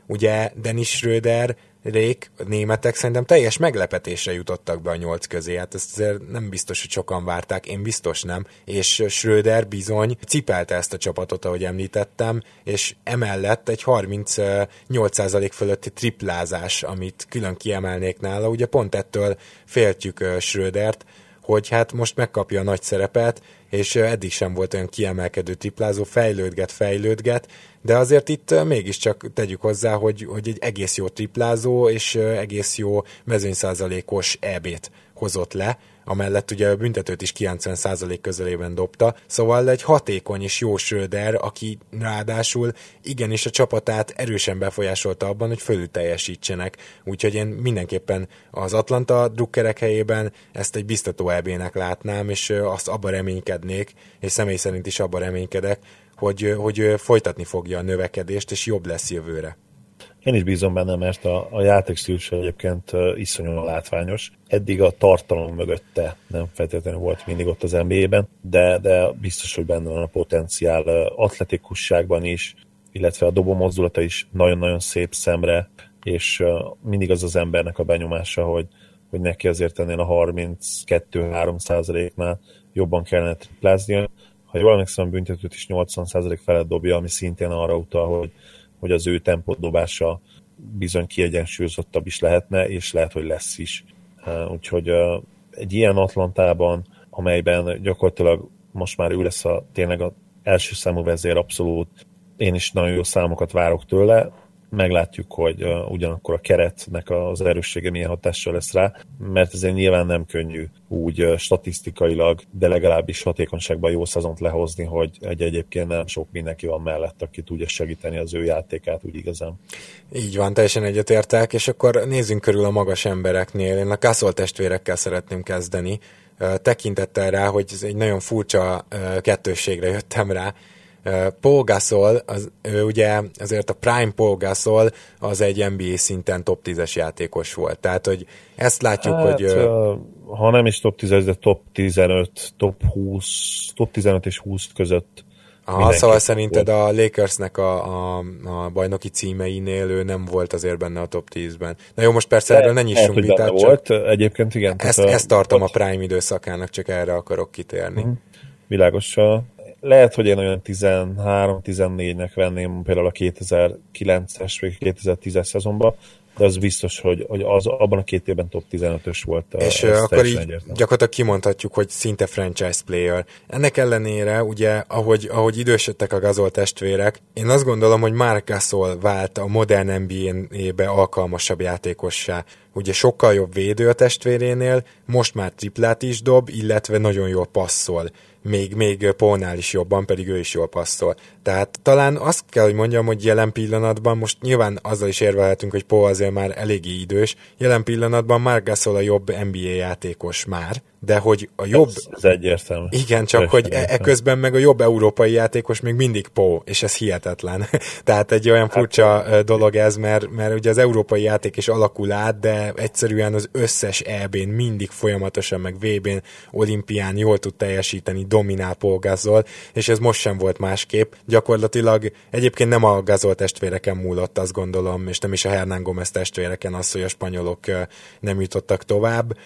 ugye Dennis Schröder, Rék, a németek szerintem teljes meglepetésre jutottak be a nyolc közé, hát ezt azért nem biztos, hogy sokan várták, én biztos nem, és Schröder bizony cipelte ezt a csapatot, ahogy említettem, és emellett egy harmincnyolc százalék fölötti triplázás, amit külön kiemelnék nála, ugye pont ettől féltjük Schrödert, hogy hát most megkapja a nagy szerepet, és eddig sem volt olyan kiemelkedő triplázó, fejlődget, fejlődget, de azért itt mégiscsak tegyük hozzá, hogy, hogy egy egész jó triplázó, és egész jó mezőnyszázalékos é bét hozott le, amellett ugye a büntetőt is kilencven százalék közelében dobta, szóval egy hatékony és jó Schröder, aki ráadásul igenis a csapatát erősen befolyásolta abban, hogy fölül teljesítsenek, úgyhogy én mindenképpen az Atlanta drukkerek helyében ezt egy biztató é bének látnám, és azt abba reménykednék, és személy szerint is abba reménykedek, hogy, hogy folytatni fogja a növekedést, és jobb lesz jövőre. Én is bízom benne, mert a, a játékstílus egyébként iszonyúan látványos. Eddig a tartalom mögötte nem feltétlenül volt mindig ott az en bé á-ben, de, de biztos, hogy benne van a potenciál atletikusságban is, illetve a dobó mozdulata is nagyon-nagyon szép szemre, és mindig az az embernek a benyomása, hogy, hogy neki azért ennél a harminckettő-három százaléknál jobban kellene tripláznia. Ha jól emlékszem, a büntetőt is nyolcvan százalék felett dobja, ami szintén arra utal, hogy hogy az ő tempódobása bizony kiegyensúlyozottabb is lehetne, és lehet, hogy lesz is. Úgyhogy egy ilyen Atlantában, amelyben gyakorlatilag most már ő lesz a, tényleg az első számú vezér, abszolút én is nagyon jó számokat várok tőle, meglátjuk, hogy ugyanakkor a keretnek az erőssége milyen hatással lesz rá, mert ezért nyilván nem könnyű úgy statisztikailag, de legalábbis hatékonyságban jó szezont lehozni, hogy egy egyébként nem sok mindenki van mellett, aki tudja segíteni az ő játékát úgy igazán. Így van, teljesen egyetértek, és akkor nézzünk körül a magas embereknél. Én a Gasol testvérekkel szeretném kezdeni, tekintettel rá, hogy ez egy nagyon furcsa kettősségre jöttem rá. Paul Gasol, az, ugye azért a Prime Paul Gasol az egy en bé á szinten top tízes játékos volt. Tehát, hogy ezt látjuk, hát, hogy... Ha nem is top tízes, de top tizenöt, top húsz, top tizenöt és húsz között. Aha, szóval szerinted a Lakersnek a, a, a bajnoki címeinél ő nem volt azért benne a top tízben. Na jó, most persze de, erről ne nyissunk vitát, volt. Egyébként igen. Ezt, a, ezt tartom a Prime időszakának, csak erre akarok kitérni. Uh-huh. Világos. Lehet, hogy én olyan tizenhárom-tizennégynek venném például a kétezer-kilences vagy kétezer-tízes szezonban, de az biztos, hogy, hogy az abban a két évben top tizenötös volt. És akkor így egyértelmű. Gyakorlatilag kimondhatjuk, hogy szinte franchise player. Ennek ellenére, ugye, ahogy, ahogy idősödtek a Gasol testvérek, én azt gondolom, hogy Marc Gasol vált a modern en bé á-be alkalmasabb játékossá. Ugye sokkal jobb védő a testvérénél, most már triplát is dob, illetve nagyon jól passzol. Még, még Paulnál is jobban, pedig ő is jól passzol. Tehát talán azt kell, hogy mondjam, hogy jelen pillanatban, most nyilván azzal is érvelhetünk, hogy Paul azért már eléggé idős, jelen pillanatban Marc Gasol a jobb en bé á játékos már, de hogy a jobb... Ez, ez egyértelmű. Igen, csak Persze hogy e- közben meg a jobb európai játékos még mindig Paul, és ez hihetetlen. Tehát egy olyan furcsa hát, dolog ez, mert, mert ugye az európai játék is alakul át, de egyszerűen az összes é bén mindig folyamatosan, meg vé bén, olimpián jól tud teljesíteni, dominál Paul Gasol, és ez most sem volt másképp. Gyakorlatilag egyébként nem a Gasol testvéreken múlott, azt gondolom, és nem is a Hernán Gómez testvéreken az, hogy a spanyolok nem jutottak tovább.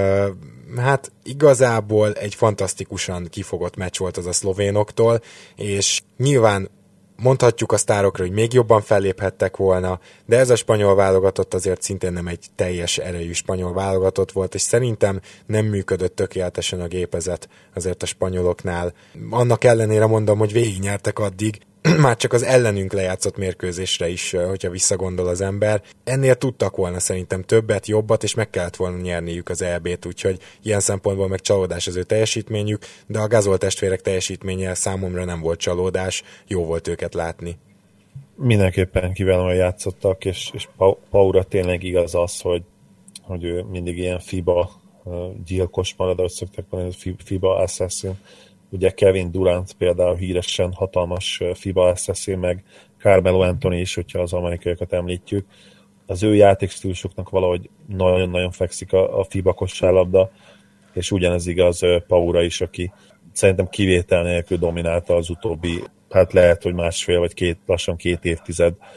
Hát igazából egy fantasztikusan kifogott meccs volt az a szlovénoktól, és nyilván mondhatjuk a sztárokra, hogy még jobban felléphettek volna, de ez a spanyol válogatott azért szintén nem egy teljes erejű spanyol válogatott volt, és szerintem nem működött tökéletesen a gépezet azért a spanyoloknál. Annak ellenére mondom, hogy végignyertek addig, már csak az ellenünk lejátszott mérkőzésre is, hogyha visszagondol az ember. Ennél tudtak volna szerintem többet, jobbat, és meg kellett volna nyerniük az é bét, úgyhogy ilyen szempontból meg csalódás az ő teljesítményük, de a Gasol testvérek teljesítménye számomra nem volt csalódás, jó volt őket látni. Mindenképpen kiválóan játszottak, és, és Paura tényleg igaz az, hogy, hogy ő mindig ilyen FIBA gyilkos marad, ahogy szokták mondani, FIBA assassin. Ugye Kevin Durant például híresen hatalmas FIBA assassin, meg Carmelo Anthony is, hogyha az amerikaiakat említjük. Az ő játékstílusoknak valahogy nagyon-nagyon fekszik a, a FIBA kosárlabda, és ugyanez igaz Paura is, aki szerintem kivétel nélkül dominálta az utóbbi, hát lehet, hogy másfél vagy két, lassan két évtized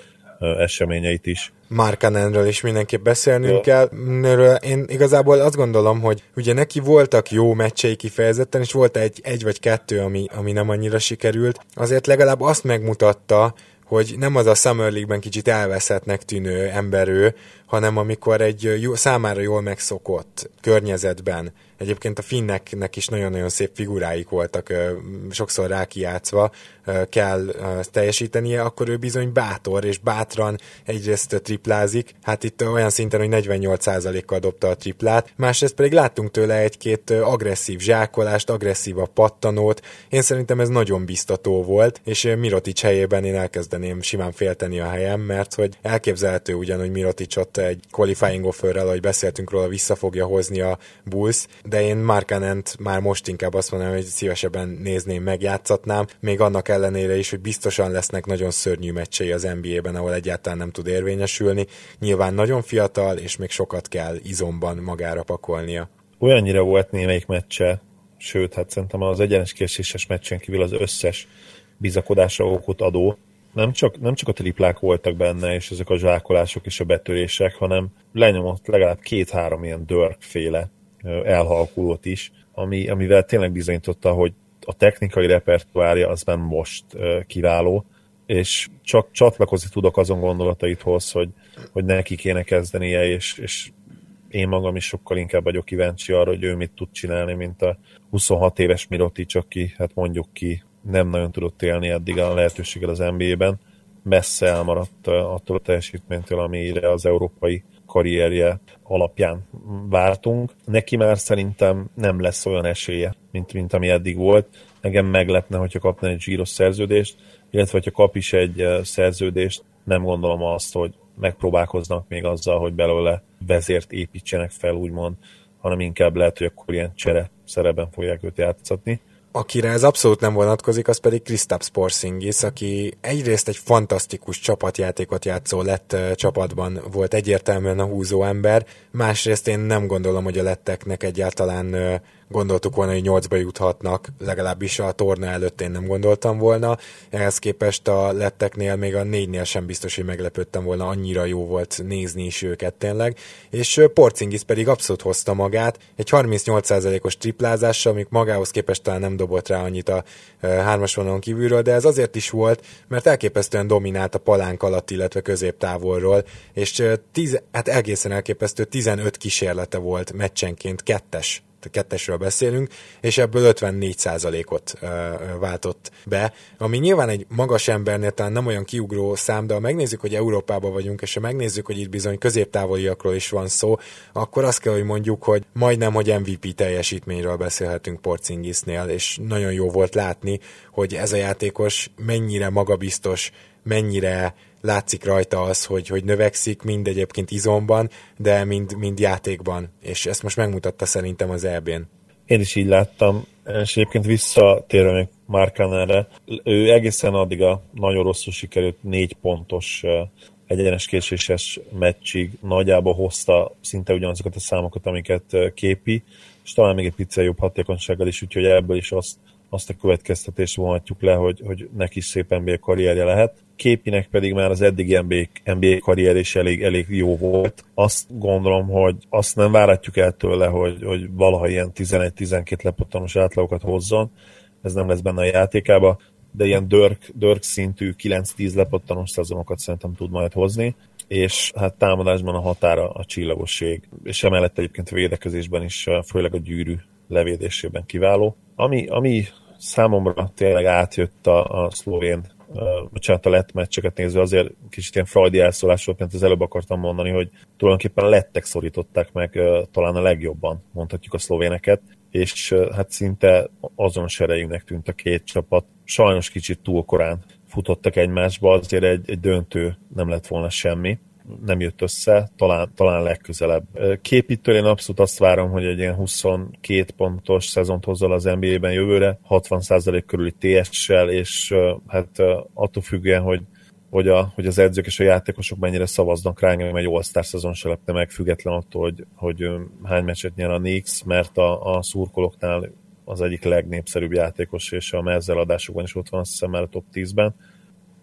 eseményeit is. Markkanenről is mindenképp beszélnünk ja. kell. Nőről én igazából azt gondolom, hogy ugye neki voltak jó meccsei kifejezetten, és volt egy, egy vagy kettő, ami, ami nem annyira sikerült. Azért legalább azt megmutatta, hogy nem az a Summer League-ben kicsit elveszettnek tűnő ember ő, hanem amikor egy jó, számára jól megszokott környezetben, egyébként a finneknek is nagyon-nagyon szép figuráik voltak, sokszor rákijátszva kell teljesítenie, akkor ő bizony bátor, és bátran egyrészt triplázik, hát itt olyan szinten, hogy negyvennyolc százalékkal dobta a triplát, másrészt pedig láttunk tőle egy-két agresszív zsákolást, agresszívabb pattanót, én szerintem ez nagyon biztató volt, és Mirotic helyében én elkezdeném simán félteni a helyem, mert hogy elképzelhető ugyan, hogy Miroticot egy qualifying offerrel, ahogy beszéltünk róla, vissza fogja hozni a Bulls, de én Markkanent már most inkább azt mondanám, hogy szívesebben nézném, megjátszatnám, még annak ellenére is, hogy biztosan lesznek nagyon szörnyű meccsei az en bé á-ben, ahol egyáltalán nem tud érvényesülni. Nyilván nagyon fiatal, és még sokat kell izomban magára pakolnia. Olyannyira volt némelyik meccse, sőt, hát szerintem az egyenes késéses meccsen kívül az összes bizakodásra okot adó. Nem csak, nem csak a triplák voltak benne, és ezek a zsákolások és a betörések, hanem lenyomott legalább két-három ilyen Dirk-féle elhalkulót is, ami, amivel tényleg bizonyította, hogy a technikai repertoárja az már most uh, kiváló, és csak csatlakozni tudok azon gondolataidhoz, hogy, hogy neki kéne kezdenie, és, és én magam is sokkal inkább vagyok kíváncsi arra, hogy ő mit tud csinálni, mint a huszonhat éves Mirotic, aki, hát mondjuk ki, nem nagyon tudott élni eddig a lehetőséggel az en bé á-ben, messze elmaradt attól a teljesítménytől, amire az európai karrierje alapján vártunk. Neki már szerintem nem lesz olyan esélye, mint, mint ami eddig volt. Engem meglepne, hogyha kapna egy zsíros szerződést, illetve hogyha kap is egy szerződést, nem gondolom azt, hogy megpróbálkoznak még azzal, hogy belőle vezért építsenek fel, úgymond, hanem inkább lehet, hogy akkor ilyen csere szerepben fogják őt játszatni. Akire ez abszolút nem vonatkozik, az pedig Kristaps Porzingis, aki egyrészt egy fantasztikus csapatjátékot játszó lett csapatban volt egyértelműen a húzó ember, másrészt én nem gondolom, hogy a letteknek egyáltalán gondoltuk volna, hogy nyolcba juthatnak, legalábbis a torna előtt én nem gondoltam volna. Ehhez képest a letteknél, még a négynél sem biztos, hogy meglepődtem volna, annyira jó volt nézni is őket tényleg. És Porzingis pedig abszolút hozta magát, egy harmincnyolc százalékos triplázással, amik magához képest talán nem dobott rá annyit a hármas vonalon kívülről, de ez azért is volt, mert elképesztően dominált a palánk alatt, illetve középtávolról, és tíz, hát egészen elképesztő tizenöt kísérlete volt meccsenként, kettes kettesről beszélünk, és ebből ötvennégy százalékot ö, váltott be, ami nyilván egy magas embernél talán nem olyan kiugró szám, de ha megnézzük, hogy Európában vagyunk, és ha megnézzük, hogy itt bizony középtávoliakról is van szó, akkor azt kell, hogy mondjuk, hogy majdnem, hogy em vé pé teljesítményről beszélhetünk Porzingisnél, és nagyon jó volt látni, hogy ez a játékos mennyire magabiztos, mennyire látszik rajta az, hogy, hogy növekszik, mind egyébként izomban, de mind, mind játékban, és ezt most megmutatta szerintem az é bén. Én is így láttam, és egyébként visszatérve még Markkanenre, ő egészen addig a nagyon rosszul sikerült négy pontos egyenes késéses meccsig nagyjából hozta szinte ugyanazokat a számokat, amiket Képi, és talán még egy picit jobb hatékonysággal is, úgyhogy ebből is azt, azt a következtetést vonhatjuk le, hogy, hogy neki is szép en bé á karrierje lehet. Képinek pedig már az eddigi en bé á karrier is elég, elég jó volt. Azt gondolom, hogy azt nem várhatjuk el tőle, hogy, hogy valaha ilyen tizenegy-tizenkét lepottanos átlagokat hozzon. Ez nem lesz benne a játékába, de ilyen Dirk, Dirk szintű kilenc-tíz lepottanos szezonokat szerintem tud majd hozni, és hát támadásban a határa a csillagosség, és emellett egyébként védekezésben is, főleg a gyűrű levédésében kiváló. Ami, ami számomra tényleg átjött a, a szlovén Uh, bocsánat, a lett meccseket nézve, azért kicsit ilyen freudi elszólás volt, mint az előbb akartam mondani, hogy tulajdonképpen a lettek szorították meg uh, talán a legjobban, mondhatjuk a szlovéneket, és uh, hát szinte azonos erejűnek tűnt a két csapat. Sajnos kicsit túl korán futottak egymásba, azért egy, egy döntő nem lett volna semmi. Nem jött össze, talán, talán legközelebb. Képitől én abszolút azt várom, hogy egy ilyen huszonkét pontos szezont hozzal az en bé á-ben jövőre, hatvan százalék körüli té es-sel, és hát attól függően, hogy, hogy, a, hogy az edzők és a játékosok mennyire szavaznak rá, engem egy All-Star szezon se lepte meg, független attól, hogy, hogy hány meccset nyer a Knicks, mert a, a szurkolóknál az egyik legnépszerűbb játékos, és a mezzeladásokban is ott van, azt hiszem már a top tízben.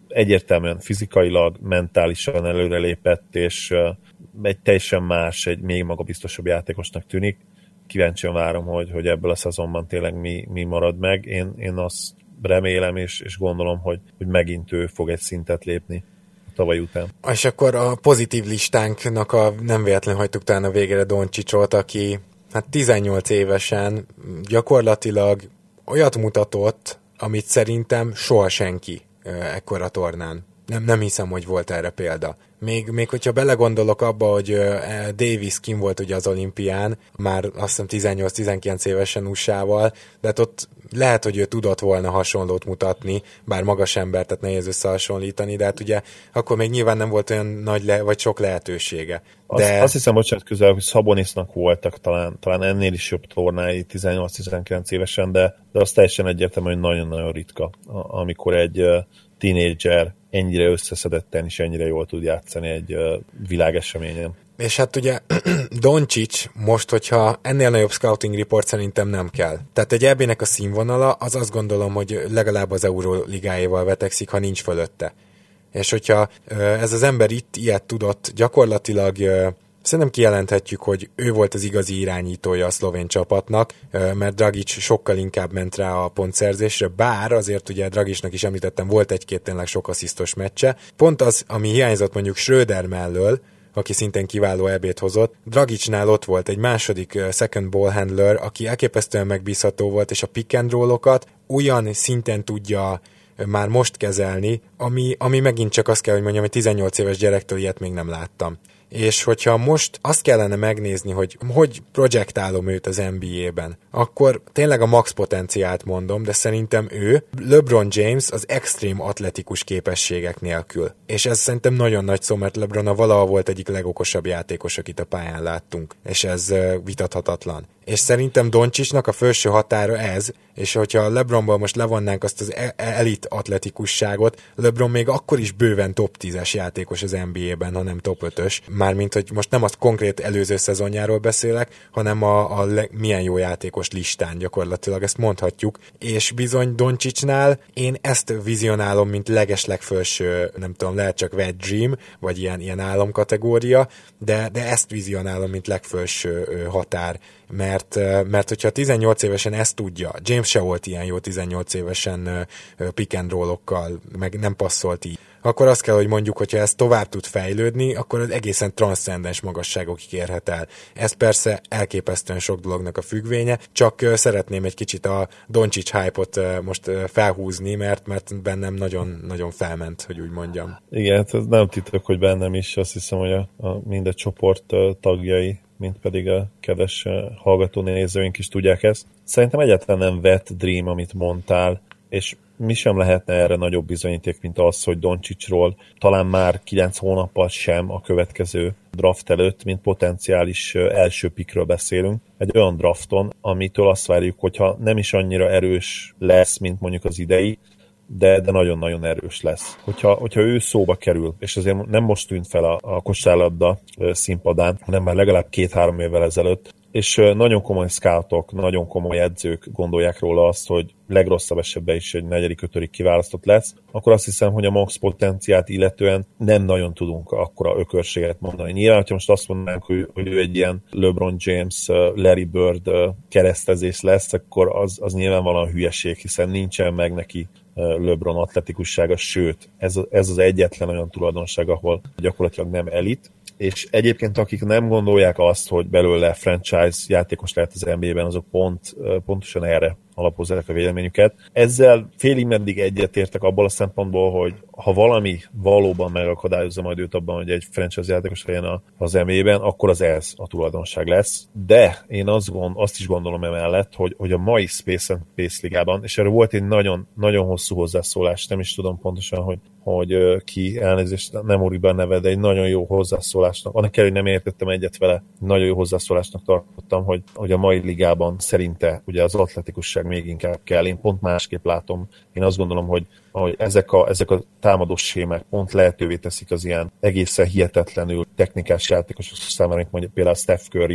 egyértelműen fizikailag, mentálisan előrelépett, és egy teljesen más, egy még magabiztosabb játékosnak tűnik. Kíváncsian várom, hogy, hogy ebből a szezonban tényleg mi, mi marad meg. Én, én azt remélem, és, és gondolom, hogy, hogy megint ő fog egy szintet lépni a tavaly után. És akkor a pozitív listánknak a nem véletlenül hagytuk talán a végére Doncsicsot, aki hát tizennyolc évesen gyakorlatilag olyat mutatott, amit szerintem soha senki ekkora tornán. Nem, nem hiszem, hogy volt erre példa. Még, még hogyha belegondolok abba, hogy Davis kim volt ugye az olimpián, már azt hiszem tizennyolc-tizenkilenc évesen u es á-val, de hát ott lehet, hogy ő tudott volna hasonlót mutatni, bár magas ember, tehát nehéz összehasonlítani, de hát ugye akkor még nyilván nem volt olyan nagy le, vagy sok lehetősége. De... Azt, azt hiszem, bocsánat, közel, hogy Szabonisnak voltak talán, talán ennél is jobb tornái tizennyolc-tizenkilenc évesen, de, de az teljesen egyértelmű, hogy nagyon-nagyon ritka, amikor egy tínédzser ennyire összeszedetten és ennyire jól tud játszani egy világeseményen. És hát ugye Doncsics most, hogyha ennél nagyobb scouting report szerintem nem kell. Tehát egy é bé-nek a színvonala, az azt gondolom, hogy legalább az Euroligáéval vetekszik, ha nincs fölötte. És hogyha ez az ember itt ilyet tudott, gyakorlatilag szerintem kijelenthetjük, hogy ő volt az igazi irányítója a szlovén csapatnak, mert Dragic sokkal inkább ment rá a pontszerzésre, bár azért ugye Dragicnak is említettem, volt egy-két tényleg sok asszisztos meccse. Pont az, ami hiányzott mondjuk Schröder mellől, aki szintén kiváló é bét hozott. Dragicnál ott volt egy második second ball handler, aki elképesztően megbízható volt, és a pick and roll-okat olyan szinten tudja már most kezelni, ami, ami megint csak azt kell, hogy mondjam, hogy tizennyolc éves gyerektől ilyet még nem láttam. És hogyha most azt kellene megnézni, hogy hogy projektálom őt az en bé á-ben, akkor tényleg a max potenciált mondom, de szerintem ő LeBron James az extrém atletikus képességek nélkül. És ez szerintem nagyon nagy szó, mert LeBron a valaha volt egyik legokosabb játékos, akit a pályán láttunk, és ez vitathatatlan. És szerintem Doncsicsnak a felső határa ez, és hogyha LeBronból most levonnánk azt az elit atletikusságot, LeBron még akkor is bőven top tízes játékos az en bé á-ben, hanem top ötös. Mármint, hogy most nem az konkrét előző szezonjáról beszélek, hanem a, a le, milyen jó játékos listán gyakorlatilag, ezt mondhatjuk. És bizony Doncsicsnál én ezt vizionálom, mint legeslegfelső, nem tudom, lehet csak wet dream, vagy ilyen, ilyen álomkategória, de, de ezt vizionálom, mint legfelső határ. Mert, mert hogyha tizennyolc évesen ezt tudja, James se volt ilyen jó tizennyolc évesen pick and roll-okkal, meg nem passzolt így, akkor azt kell, hogy mondjuk, hogyha ez tovább tud fejlődni, akkor az egészen transzcendens magasságokig érhet el. Ez persze elképesztően sok dolognak a függvénye, csak szeretném egy kicsit a Doncsics hype-ot most felhúzni, mert, mert bennem nagyon, nagyon felment, hogy úgy mondjam. Igen, ez nem titok, hogy bennem is, azt hiszem, hogy a, a minden csoport tagjai, mint pedig a kedves hallgató nézőink is tudják ezt. Szerintem egyáltalán nem wet dream, amit mondtál, és mi sem lehetne erre nagyobb bizonyíték, mint az, hogy Doncsicsról talán már kilenc hónappal sem a következő draft előtt, mint potenciális első pikről beszélünk. Egy olyan drafton, amitől azt várjuk, hogyha nem is annyira erős lesz, mint mondjuk az idei, de, de nagyon-nagyon erős lesz. Hogyha, hogyha ő szóba kerül, és azért nem most tűnt fel a, a kosárlabda színpadán, hanem már legalább két-három évvel ezelőtt, és nagyon komoly scoutok, nagyon komoly edzők gondolják róla azt, hogy legrosszabb esetben is egy negyedik, ötödik kiválasztott lesz, akkor azt hiszem, hogy a max potenciát illetően nem nagyon tudunk akkora ökörséget mondani. Nyilván, ha most azt mondanánk, hogy, hogy ő egy ilyen LeBron James, Larry Bird keresztezés lesz, akkor az, az nyilvánvalóan hülyeség, hiszen nincsen meg neki LeBron atletikussága, sőt, ez, ez az egyetlen olyan tulajdonság, ahol gyakorlatilag nem elit, és egyébként akik nem gondolják azt, hogy belőle franchise játékos lehet az en bé á-ben, azok pont, pontosan erre alapozzák a véleményüket. Ezzel félig meddig egyetértek abból a szempontból, hogy ha valami valóban megakadályozza majd őt abban, hogy egy franchise játékos legyen az en bé á-ben, akkor az ez a tulajdonság lesz. De én azt, gond, azt is gondolom emellett, hogy, hogy a mai Space and Pace ligában, és erről volt egy nagyon, nagyon hosszú hozzászólás, nem is tudom pontosan, hogy, hogy ki, elnézést, nem úrik be a neve, de egy nagyon jó hozzászólásnak, annak kell, hogy nem értettem egyet vele, nagyon jó hozzászólásnak tartottam, hogy, hogy a mai ligában szerinte ugye az atletikusság még inkább kell. Én pont másképp látom. Én azt gondolom, hogy, hogy ezek, a, ezek a támadós sémák pont lehetővé teszik az ilyen egészen hihetetlenül technikás játékosok számára, mint mondjuk például Steph Curry,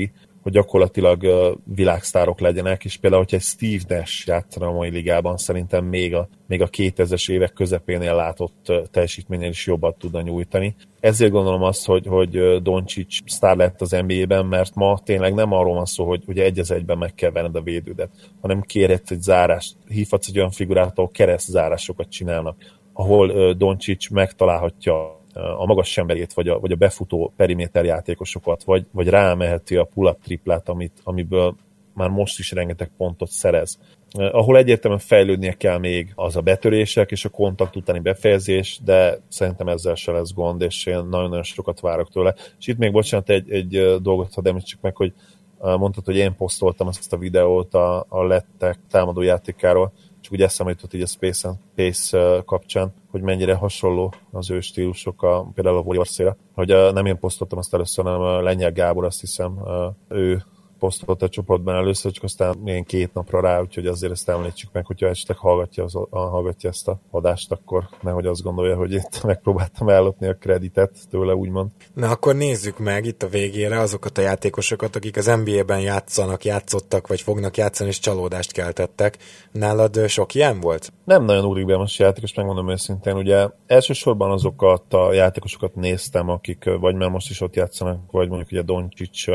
hogy gyakorlatilag világsztárok legyenek, és például, hogyha egy Steve Nash játszana a mai ligában, szerintem még a, még a kétezres évek közepénél látott teljesítményen is jobbat tudna nyújtani. Ezért gondolom azt, hogy, hogy Doncic sztár lett az en bé á-ben, mert ma tényleg nem arról van szó, hogy ugye egy az egyben meg kell venned a védődet, hanem kérhetsz egy zárást, hívhatsz egy olyan figurát, ahol kereszt zárásokat csinálnak, ahol Doncic megtalálhatja a magas emberét, vagy a, vagy a befutó periméter játékosokat, vagy, vagy rámeheti a pull-up triplát, amit, amiből már most is rengeteg pontot szerez. Ahol egyértelműen fejlődnie kell még az a betörések és a kontakt utáni befejezés, de szerintem ezzel se lesz gond, és én nagyon-nagyon sokat várok tőle. És itt még bocsánat, egy, egy dolgot hadd említsük meg, hogy mondtad, hogy én posztoltam ezt a videót a, a lettek támadó játékáról, csak úgy eszembe jutott így a Space and Pace kapcsán, hogy mennyire hasonló az ő stílusok, a, például a Warriors-ra. Hogy nem én posztoltam ezt először, hanem a Lengyel Gábor, azt hiszem, ő posztolt a csoportban először, csak aztán ilyen két napra rá, úgyhogy azért ezt említsük meg, hogyha esetleg hallgatja, az, hallgatja ezt a adást, akkor nehogy azt gondolja, hogy itt megpróbáltam ellopni a kreditet tőle, úgymond. Na akkor nézzük meg itt a végére azokat a játékosokat, akik az en bé á-ben játszanak, játszottak, vagy fognak játszani, és csalódást keltettek. Nálad sok ilyen volt? Nem nagyon ugrik be most játékos, megmondom őszintén. Ugye elsősorban azokat a játékosokat néztem, akik vagy már most is ott játszanak, vagy mondjuk ugye Doncic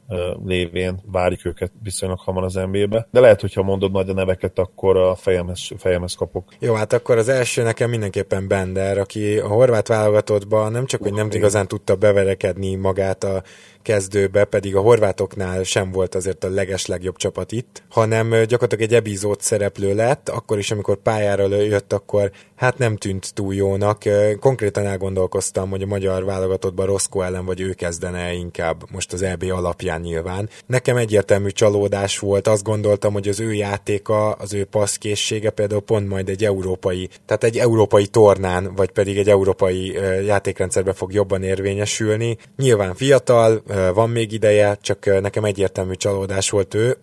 lévén várjuk őket viszonylag hamar az en bé á-be. De lehet, hogyha mondod majd a neveket, akkor a fejemhez, fejemhez kapok. Jó, hát akkor az első nekem mindenképpen Bender, aki a horvát válogatottban nem csak, hogy nem igazán tudta beverekedni magát a kezdőbe, pedig a horvátoknál sem volt azért a legeslegjobb csapat itt, hanem gyakorlatilag egy epizód szereplő lett, akkor is, amikor pályára jött, akkor hát nem tűnt túl jónak. Konkrétan elgondolkoztam, hogy a magyar válogatottban Roscoe ellen vagy ő kezdene inkább most az é bé alapján nyilván. Nekem egyértelmű csalódás volt, azt gondoltam, hogy az ő játéka, az ő passzkészsége például pont majd egy európai, tehát egy európai tornán, vagy pedig egy európai játékrendszerben fog jobban érvényesülni. Nyilván fiatal, van még ideje, csak nekem egyértelmű csalódás volt ő,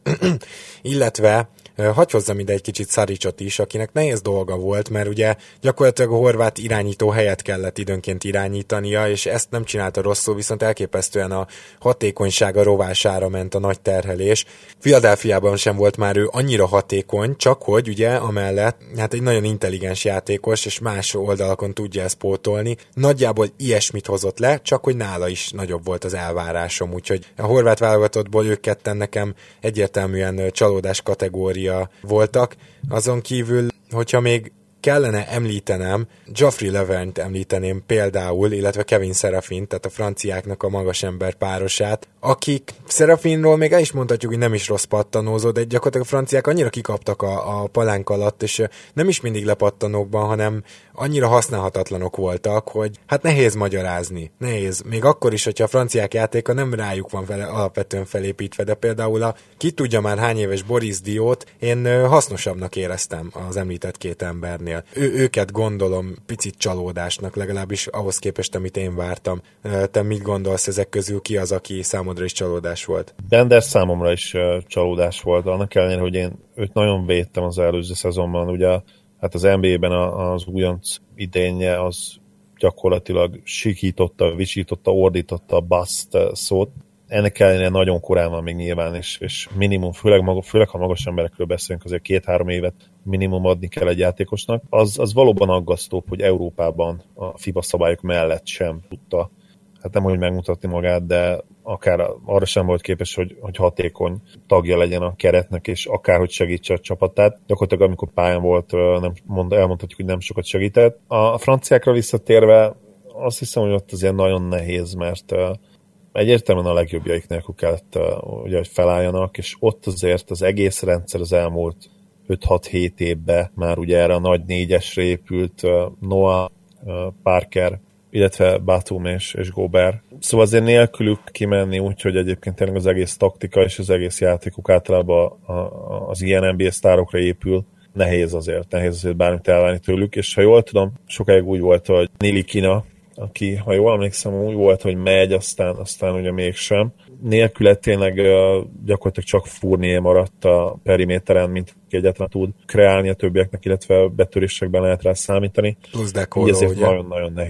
illetve hadd hozzam ide egy kicsit Saricot is, akinek nehéz dolga volt, mert ugye gyakorlatilag a horvát irányító helyet kellett időnként irányítania, és ezt nem csinálta rosszul, viszont elképesztően a hatékonysága rovására ment a nagy terhelés. Philadelphiában sem volt már ő annyira hatékony, csak hogy ugye amellett hát egy nagyon intelligens játékos, és más oldalakon tudja ezt pótolni. Nagyjából ilyesmit hozott le, csak hogy nála is nagyobb volt az elvárásom, úgyhogy a horvát válogatottból ők ketten nekem egyértelműen csalódás kategória voltak. Azon kívül, hogyha még kellene említenem, Joffrey Levert említeném például, illetve Kevin Serafin, tehát a franciáknak a magasember párosát, akik Serafinról még el is mondhatjuk, hogy nem is rossz pattanózó, de gyakorlatilag a franciák annyira kikaptak a, a palánk alatt, és nem is mindig lepattanókban, hanem annyira használhatatlanok voltak, hogy hát nehéz magyarázni. Nehéz. Még akkor is, hogyha a franciák játéka nem rájuk van vele, alapvetően felépítve, de például a ki tudja már hány éves Boris Diót én hasznosabbnak éreztem az említett két embernél. Ő, őket gondolom picit csalódásnak, legalábbis ahhoz képest, amit én vártam. Te mit gondolsz ezek közül, ki az, aki számodra is csalódás volt? Bender számomra is csalódás volt, annak ellenére, hogy én őt nagyon védtem az előző szezonban, ugye hát az en bé á-ben az újonc idénye az gyakorlatilag sikította, visította, ordította a bust szót. Ennek ellenére nagyon korán van még nyilván, és, és minimum, főleg, maga, főleg ha magas emberekről beszélünk, azért két-három évet minimum adni kell egy játékosnak. Az, az valóban aggasztóbb, hogy Európában a FIBA szabályok mellett sem tudta, hát nem hogy megmutatni magát, de akár arra sem volt képes, hogy, hogy hatékony tagja legyen a keretnek, és akárhogy segítse a csapatát. Gyakorlatilag amikor pályán volt, nem mond, elmondhatjuk, hogy nem sokat segített. A franciákra visszatérve azt hiszem, hogy ott azért nagyon nehéz, mert egyértelműen a legjobbjaik nélkül kellett, ugye, hogy felálljanak, és ott azért az egész rendszer az elmúlt öt-hat-hét évben már ugye erre a nagy négyesre épült Noah, Parker, illetve Batum és, és Gobert. Szóval azért nélkülük kimenni úgy, hogy egyébként tényleg az egész taktika és az egész játékuk általában a, a, az ilyen en bé á sztárokra épül, nehéz azért, nehéz azért bármit elvárni tőlük, és ha jól tudom, sokáig úgy volt, hogy Nilikina, aki, ha jól emlékszem, úgy volt, hogy megy, aztán, aztán ugye mégsem. Nélküle tényleg gyakorlatilag csak Fournier maradt a periméteren, mint ki egyáltalán tud kreálni a többieknek, illetve betörésekben lehet rá számítani. Plusz Dekolo, ezért ugye? Nagyon-nagyon nehéz.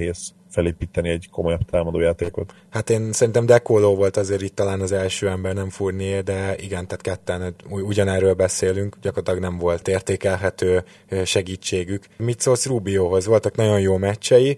felépíteni egy komolyabb támadójátékot. Hát én szerintem Dekoló volt azért itt talán az első ember, nem Fournier, de igen, tehát ketten ugyanerről beszélünk, gyakorlatilag nem volt értékelhető segítségük. Mit szólsz Rubiohoz? Voltak nagyon jó meccsei,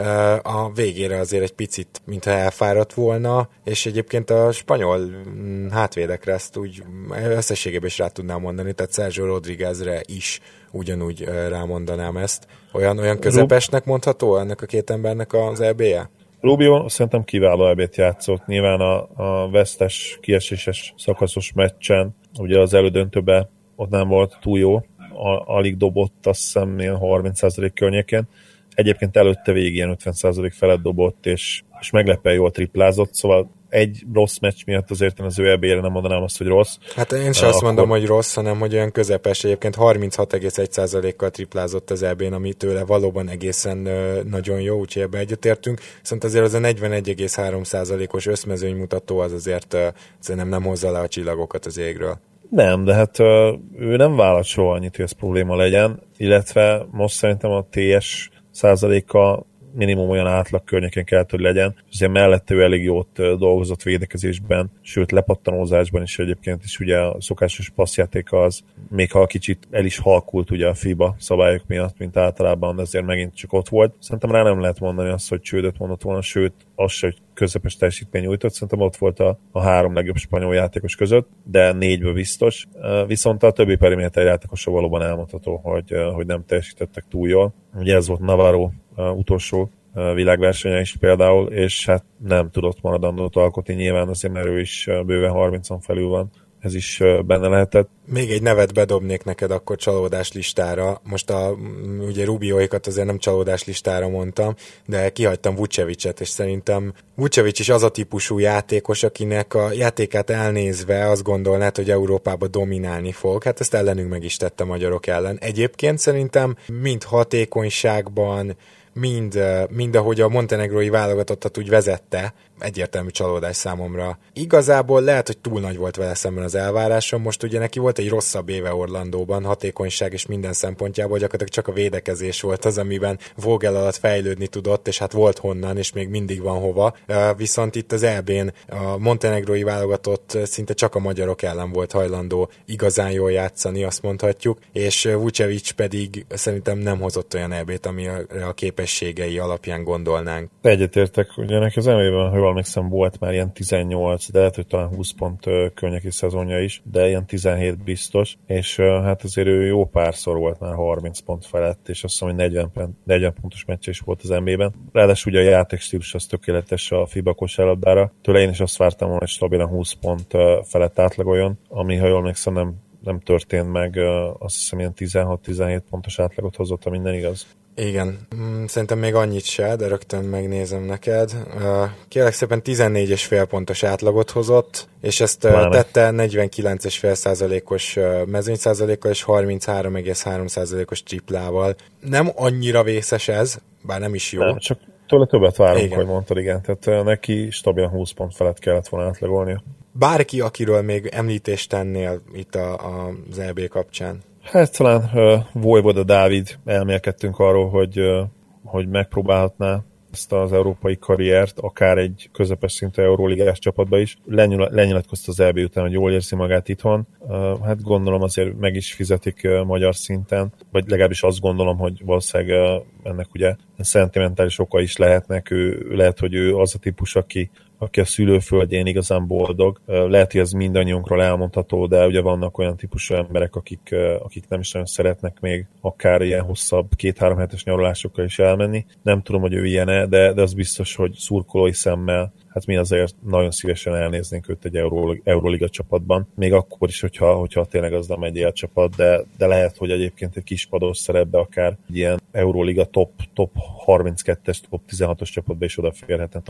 a végére azért egy picit, mintha elfáradt volna, és egyébként a spanyol hátvédekre ezt úgy összességében is rá tudnám mondani, tehát Sergio Rodríguezre is ugyanúgy rámondanám ezt. Olyan, olyan közepesnek mondható ennek a két embernek az é bé-je? Rubio szerintem kiváló é bét játszott. Nyilván a, a vesztes, kieséses szakaszos meccsen, ugye az elődöntőben ott nem volt túl jó, alig dobott, azt hiszem ilyen harminc százalék környékén. Egyébként előtte végig ilyen ötven százalék felett dobott, és, és meglepően jól triplázott, szóval egy rossz meccs miatt azért én az ő é bé-re nem mondanám azt, hogy rossz. Hát én sem azt mondom, hogy rossz, hanem hogy olyan közepes. Egyébként harminchat egész egy százalékkal triplázott az é bén, ami tőle valóban egészen uh, nagyon jó, úgyhogy ebbe egyetértünk. Viszont azért az a negyvenegy egész három százalékos összmezőny mutató az azért uh, szerintem nem hozza le a csillagokat az égről. Nem, de hát uh, ő nem vállalt soha annyit, hogy ez probléma legyen, illetve most szerintem a té es százaléka minimum olyan átlag környékén kell, hogy legyen. Azért mellette ő elég jót dolgozott védekezésben, sőt lepattanózásban is egyébként is ugye a szokásos passzjátéka az, még ha kicsit el is halkult ugye a FIBA szabályok miatt, mint általában, ezért megint csak ott volt. Szerintem rá nem lehet mondani azt, hogy csődöt mondott volna, sőt, az se, hogy közepes teljesítmény nyújtott, szerintem ott volt a, a három legjobb spanyol játékos között, de négyből biztos. Viszont a többi periméter játékosra valóban elmondható, hogy, hogy nem teljesítettek túl jól. Ugye ez volt Navarro utolsó világversenye is például, és hát nem tudott maradandót alkotni, nyilván azért, mert ő is bőven harmincon felül van. Ez is benne lehetett. Még egy nevet bedobnék neked akkor csalódás listára. Most a ugye Rubioikat azért nem csalódás listára mondtam, de kihagytam Vucevicet, és szerintem Vucevic is az a típusú játékos, akinek a játékát elnézve azt gondolnád, hogy Európába dominálni fog. Hát ezt ellenünk meg is tette magyarok ellen. Egyébként szerintem mind hatékonyságban, mind, mind ahogy a montenegrói válogatottat úgy vezette, egyértelmű csalódás számomra. Igazából lehet, hogy túl nagy volt vele szemben az elvárásom, most ugye neki volt egy rosszabb éve Orlandóban, hatékonyság és minden szempontjából, gyakorlatilag csak a védekezés volt az, amiben Vogel alatt fejlődni tudott, és hát volt honnan, és még mindig van hova. Viszont itt az é bén a montenegrói válogatott szinte csak a magyarok ellen volt hajlandó igazán jól játszani, azt mondhatjuk, és Vucevic pedig szerintem nem hozott olyan é bét, amire a képességei alapján gondolnánk. Egyetértek, ugye neki az é bében, hogy emlékszem, volt már ilyen tizennyolc, de lehet, hogy talán húsz pont környéki szezonja is, de ilyen tizenhét biztos, és hát azért ő jó párszor volt már harminc pont felett, és azt hiszem, hogy negyven, negyven pontos meccse is volt az en bé-ben. Ráadásul ugye a játékstílus az tökéletes a FIBA kosárlabdára. Tőle én is azt vártam volna, hogy stabilan húsz pont felett átlagoljon, ami, ha jól emlékszem, nem, nem történt meg, azt hiszem, ilyen tizenhat-tizenhét pontos átlagot hozott, ha minden igaz. Igen, szerintem még annyit se, de rögtön megnézem neked. Kérlek szépen tizennégy egész öt pontos átlagot hozott, és ezt Pláne. tette negyvenkilenc egész öt százalékos mezőny százalékkal és harminchárom egész három százalékos triplával. Nem annyira vészes ez, bár nem is jó. Nem, csak tőle többet várunk, igen. Hogy mondtad, igen. Tehát neki stabilan húsz pont felett kellett volna átlagolnia. Bárki, akiről még említést tennél itt a, a, az é bé kapcsán? Hát talán uh, Vojvoda Dávid, elmélkedtünk arról, hogy, uh, hogy megpróbálhatná ezt az európai karriert, akár egy közepes szintű euróligás csapatba is. Lenyil- lenyilatkozta az é bé után, hogy jól érzi magát itthon. Uh, hát gondolom azért meg is fizetik uh, magyar szinten, vagy legalábbis azt gondolom, hogy valószínűleg uh, ennek ugye szentimentális oka is lehetnek. Ő, lehet, hogy ő az a típus, aki aki a szülőföldjén igazán boldog. Lehet, hogy ez mindannyiunkról elmondható, de ugye vannak olyan típusú emberek, akik, akik nem is nagyon szeretnek még akár ilyen hosszabb két-három hetes nyaralásokkal is elmenni. Nem tudom, hogy ő ilyen-e, de, de az biztos, hogy szurkolói szemmel hát mi azért nagyon szívesen elnéznénk őt egy Euró, Euróliga csapatban. Még akkor is, hogyha, hogyha tényleg az nem egy élcsapat, de, de lehet, hogy egyébként egy kispados szerepbe akár egy ilyen Euróliga top, top harminckettes, top tizenhatos csapatba is odaférhetne talán.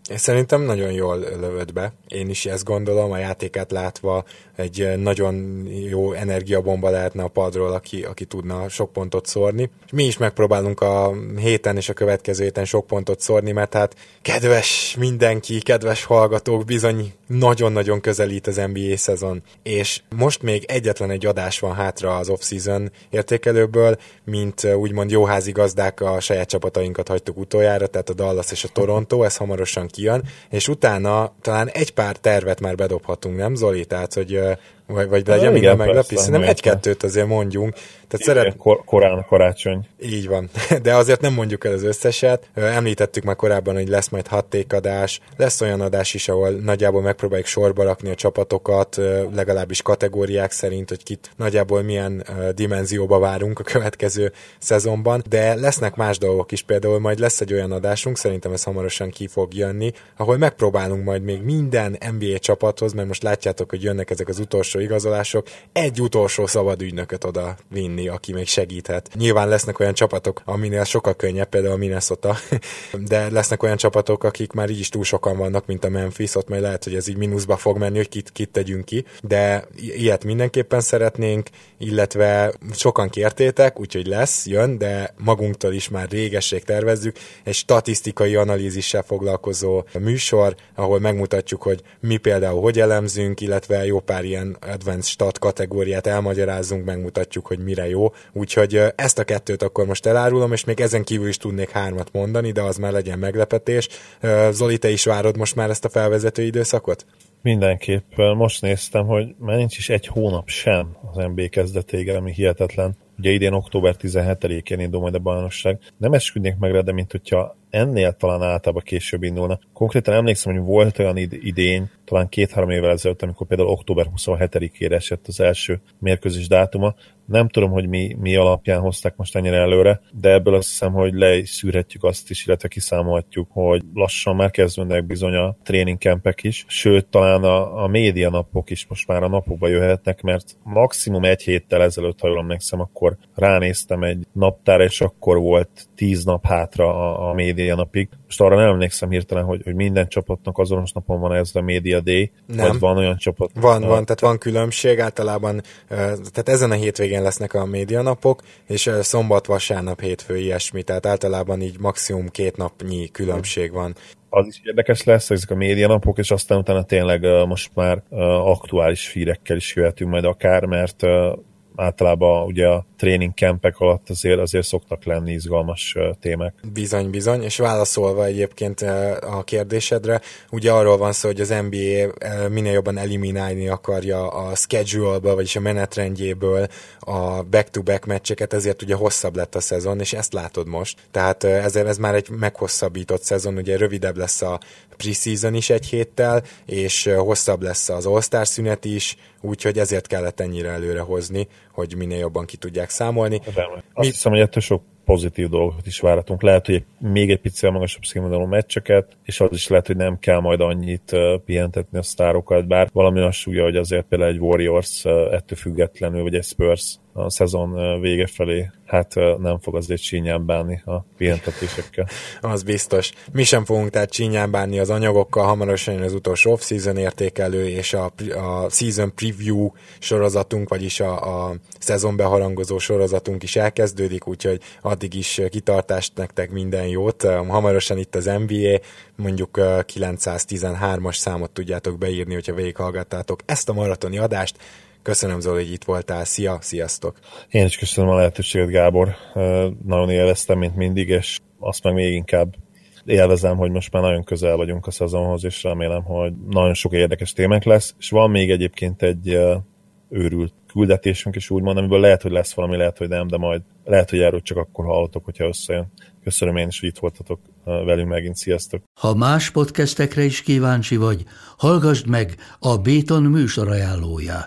És szerintem nagyon jól lövött be. Én is ezt gondolom, a játékát látva egy nagyon jó energiabomba lehetne a padról, aki, aki tudna sok pontot szórni. Mi is megpróbálunk a héten és a következő héten sok pontot szórni, mert hát kedves mindenki, kedves hallgatók, bizony nagyon-nagyon közelít az en bé á szezon. És most még egyetlen egy adás van hátra az off-season értékelőből, mint úgymond jóházi gazdák a saját csapatainkat hagytuk utoljára, tehát a Dallas és a Toronto, ez hamarosan kijön, és utána talán egy pár tervet már bedobhatunk, nem Zoli? Tehát, hogy vagy, vagy legyen minden meglepés. Szerintem egy-kettőt azért mondjunk. Tehát szeret... Kor- korán karácsony. Így van. De azért nem mondjuk el az összeset. Említettük már korábban, hogy lesz majd hat tékadás. Lesz olyan adás is, ahol nagyjából megpróbáljuk sorba rakni a csapatokat, legalábbis kategóriák szerint, hogy kit nagyjából milyen dimenzióba várunk a következő szezonban. De lesznek más dolgok is. Például majd lesz egy olyan adásunk, szerintem ez hamarosan ki fog jönni, ahol megpróbálunk majd még minden en bé á csapathoz, mert most látjátok, hogy jönnek ezek az utolsó igazolások, egy utolsó szabad ügynököt oda vinni, aki még segíthet. Nyilván lesznek olyan csapatok, aminél sokkal könnyebb, például a Minnesota, de lesznek olyan csapatok, akik már így is túl sokan vannak, mint a Memphis, ott majd lehet, hogy ez így mínuszba fog menni, hogy kit, kit tegyünk ki, de ilyet mindenképpen szeretnénk, illetve sokan kértétek, úgyhogy lesz, jön, de magunktól is már régesség tervezzük, egy statisztikai analízissel foglalkozó műsor, ahol megmutatjuk, hogy mi például hogy elemzünk, illetve jó pár ilyen advanced stat kategóriát elmagyarázzunk, megmutatjuk, hogy mire jó. Úgyhogy ezt a kettőt akkor most elárulom, és még ezen kívül is tudnék hármat mondani, de az már legyen meglepetés. Zoli, te is várod most már ezt a felvezető időszakot? Mindenképp. Most néztem, hogy már nincs is egy hónap sem az en bé á kezdetéig, ami hihetetlen. Ugye idén október tizenhetedikén indul majd a bajnokság. Nem esküdnék meg rá, de mint hogyha ennél talán általában később indulna. Konkrétan emlékszem, hogy volt olyan idény, talán két-három évvel ezelőtt, amikor például október huszonhetedikére esett az első mérkőzés dátuma. Nem tudom, hogy mi, mi alapján hozták most ennyire előre, de ebből azt hiszem, hogy leszűrhetjük azt is, illetve kiszámolhatjuk, hogy lassan már kezdődnek bizony a tréning campek is, sőt, talán a, a média napok is most már a napokba jöhetnek, mert maximum egy héttel ezelőtt, ha jól emlékszem, akkor ránéztem egy naptára, és akkor volt tíz nap hátra a, a média napig. Most arra nem emlékszem hirtelen, hogy, hogy minden csapatnak azonos napon van ez a Media Day, nem. Vagy van olyan csapat. Van, a... van, tehát van különbség, általában, tehát ezen a hétvégén lesznek a média napok, és szombat, vasárnap, hétfő ilyesmi, tehát általában így maximum két napnyi különbség van. Az is érdekes lesz, ezek a média napok, és aztán utána tényleg most már aktuális hírekkel is jöhetünk majd akár, mert általában ugye a training campek alatt azért, azért szoktak lenni izgalmas témák. Bizony, bizony, és válaszolva egyébként a kérdésedre, ugye arról van szó, hogy az en bé á minél jobban eliminálni akarja a schedule-ből, vagyis a menetrendjéből a back-to-back meccseket, ezért ugye hosszabb lett a szezon, és ezt látod most. Tehát ezért ez már egy meghosszabbított szezon, ugye rövidebb lesz a preseason is egy héttel, és hosszabb lesz az All-Star szünet is, úgyhogy ezért kellett ennyire előre hozni, hogy minél jobban ki tudják számolni. Azt Mi... hiszem, hogy ettől sok pozitív dolgokat is várhatunk. Lehet, hogy még egy picit magasabb színvonalú meccseket, és az is lehet, hogy nem kell majd annyit uh, pihentetni a sztárokat, bár valami azt súgja, hogy azért például egy Warriors uh, ettől függetlenül, vagy egy Spurs a szezon uh, vége felé, hát uh, nem fog azért csínyán bánni a pihentetésekkel. Az biztos. Mi sem fogunk tehát csínyán bánni az anyagokkal, hamarosan az utolsó off-season értékelő és a, a season preview sorozatunk, vagyis a, a szezon beharangozó sorozatunk is elkezdődik, úgyhogy addig is kitartást nektek, minden jót. Hamarosan itt az en bé á, mondjuk kilencszáztizenhármas számot tudjátok beírni, hogyha végighallgattátok ezt a maratoni adást. Köszönöm, Zoli, hogy itt voltál. Szia, sziasztok! Én is köszönöm a lehetőséget, Gábor. Nagyon élveztem, mint mindig, és azt meg még inkább élvezem, hogy most már nagyon közel vagyunk a szezonhoz, és remélem, hogy nagyon sok érdekes témánk lesz, és van még egyébként egy őrült küldetésünk is úgymond, amiből lehet, hogy lesz valami, lehet, hogy nem, de majd lehet, hogy erről csak akkor hallotok, hogyha összejön. Köszönöm én is, hogy itt voltatok velünk megint. Sziasztok! Ha más podcastekre is kíváncsi vagy, hallgassd meg a Béton műsor ajánlóját.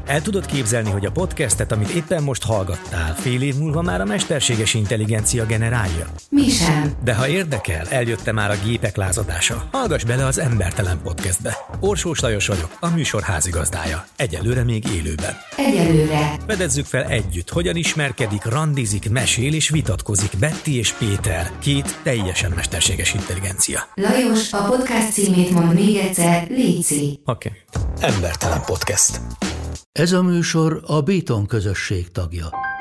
El tudod képzelni, hogy a podcastet, amit éppen most hallgattál, fél év múlva már a mesterséges intelligencia generálja? Mi sem. De ha érdekel, eljött már a gépek lázadása. Hallgass bele az Embertelen Podcastbe. Orsós Lajos vagyok, a műsor házigazdája. Egyelőre még élőben. Egyelőre. Fedezzük fel együtt, hogyan ismerkedik, randizik, mesél és vitatkozik Betty és Péter, két teljesen mesterséges intelligencia. Lajos, a podcast címét mond még egyszer, léci. Oké. Okay. Embertelen Podcast. Ez a műsor a Béton közösség tagja.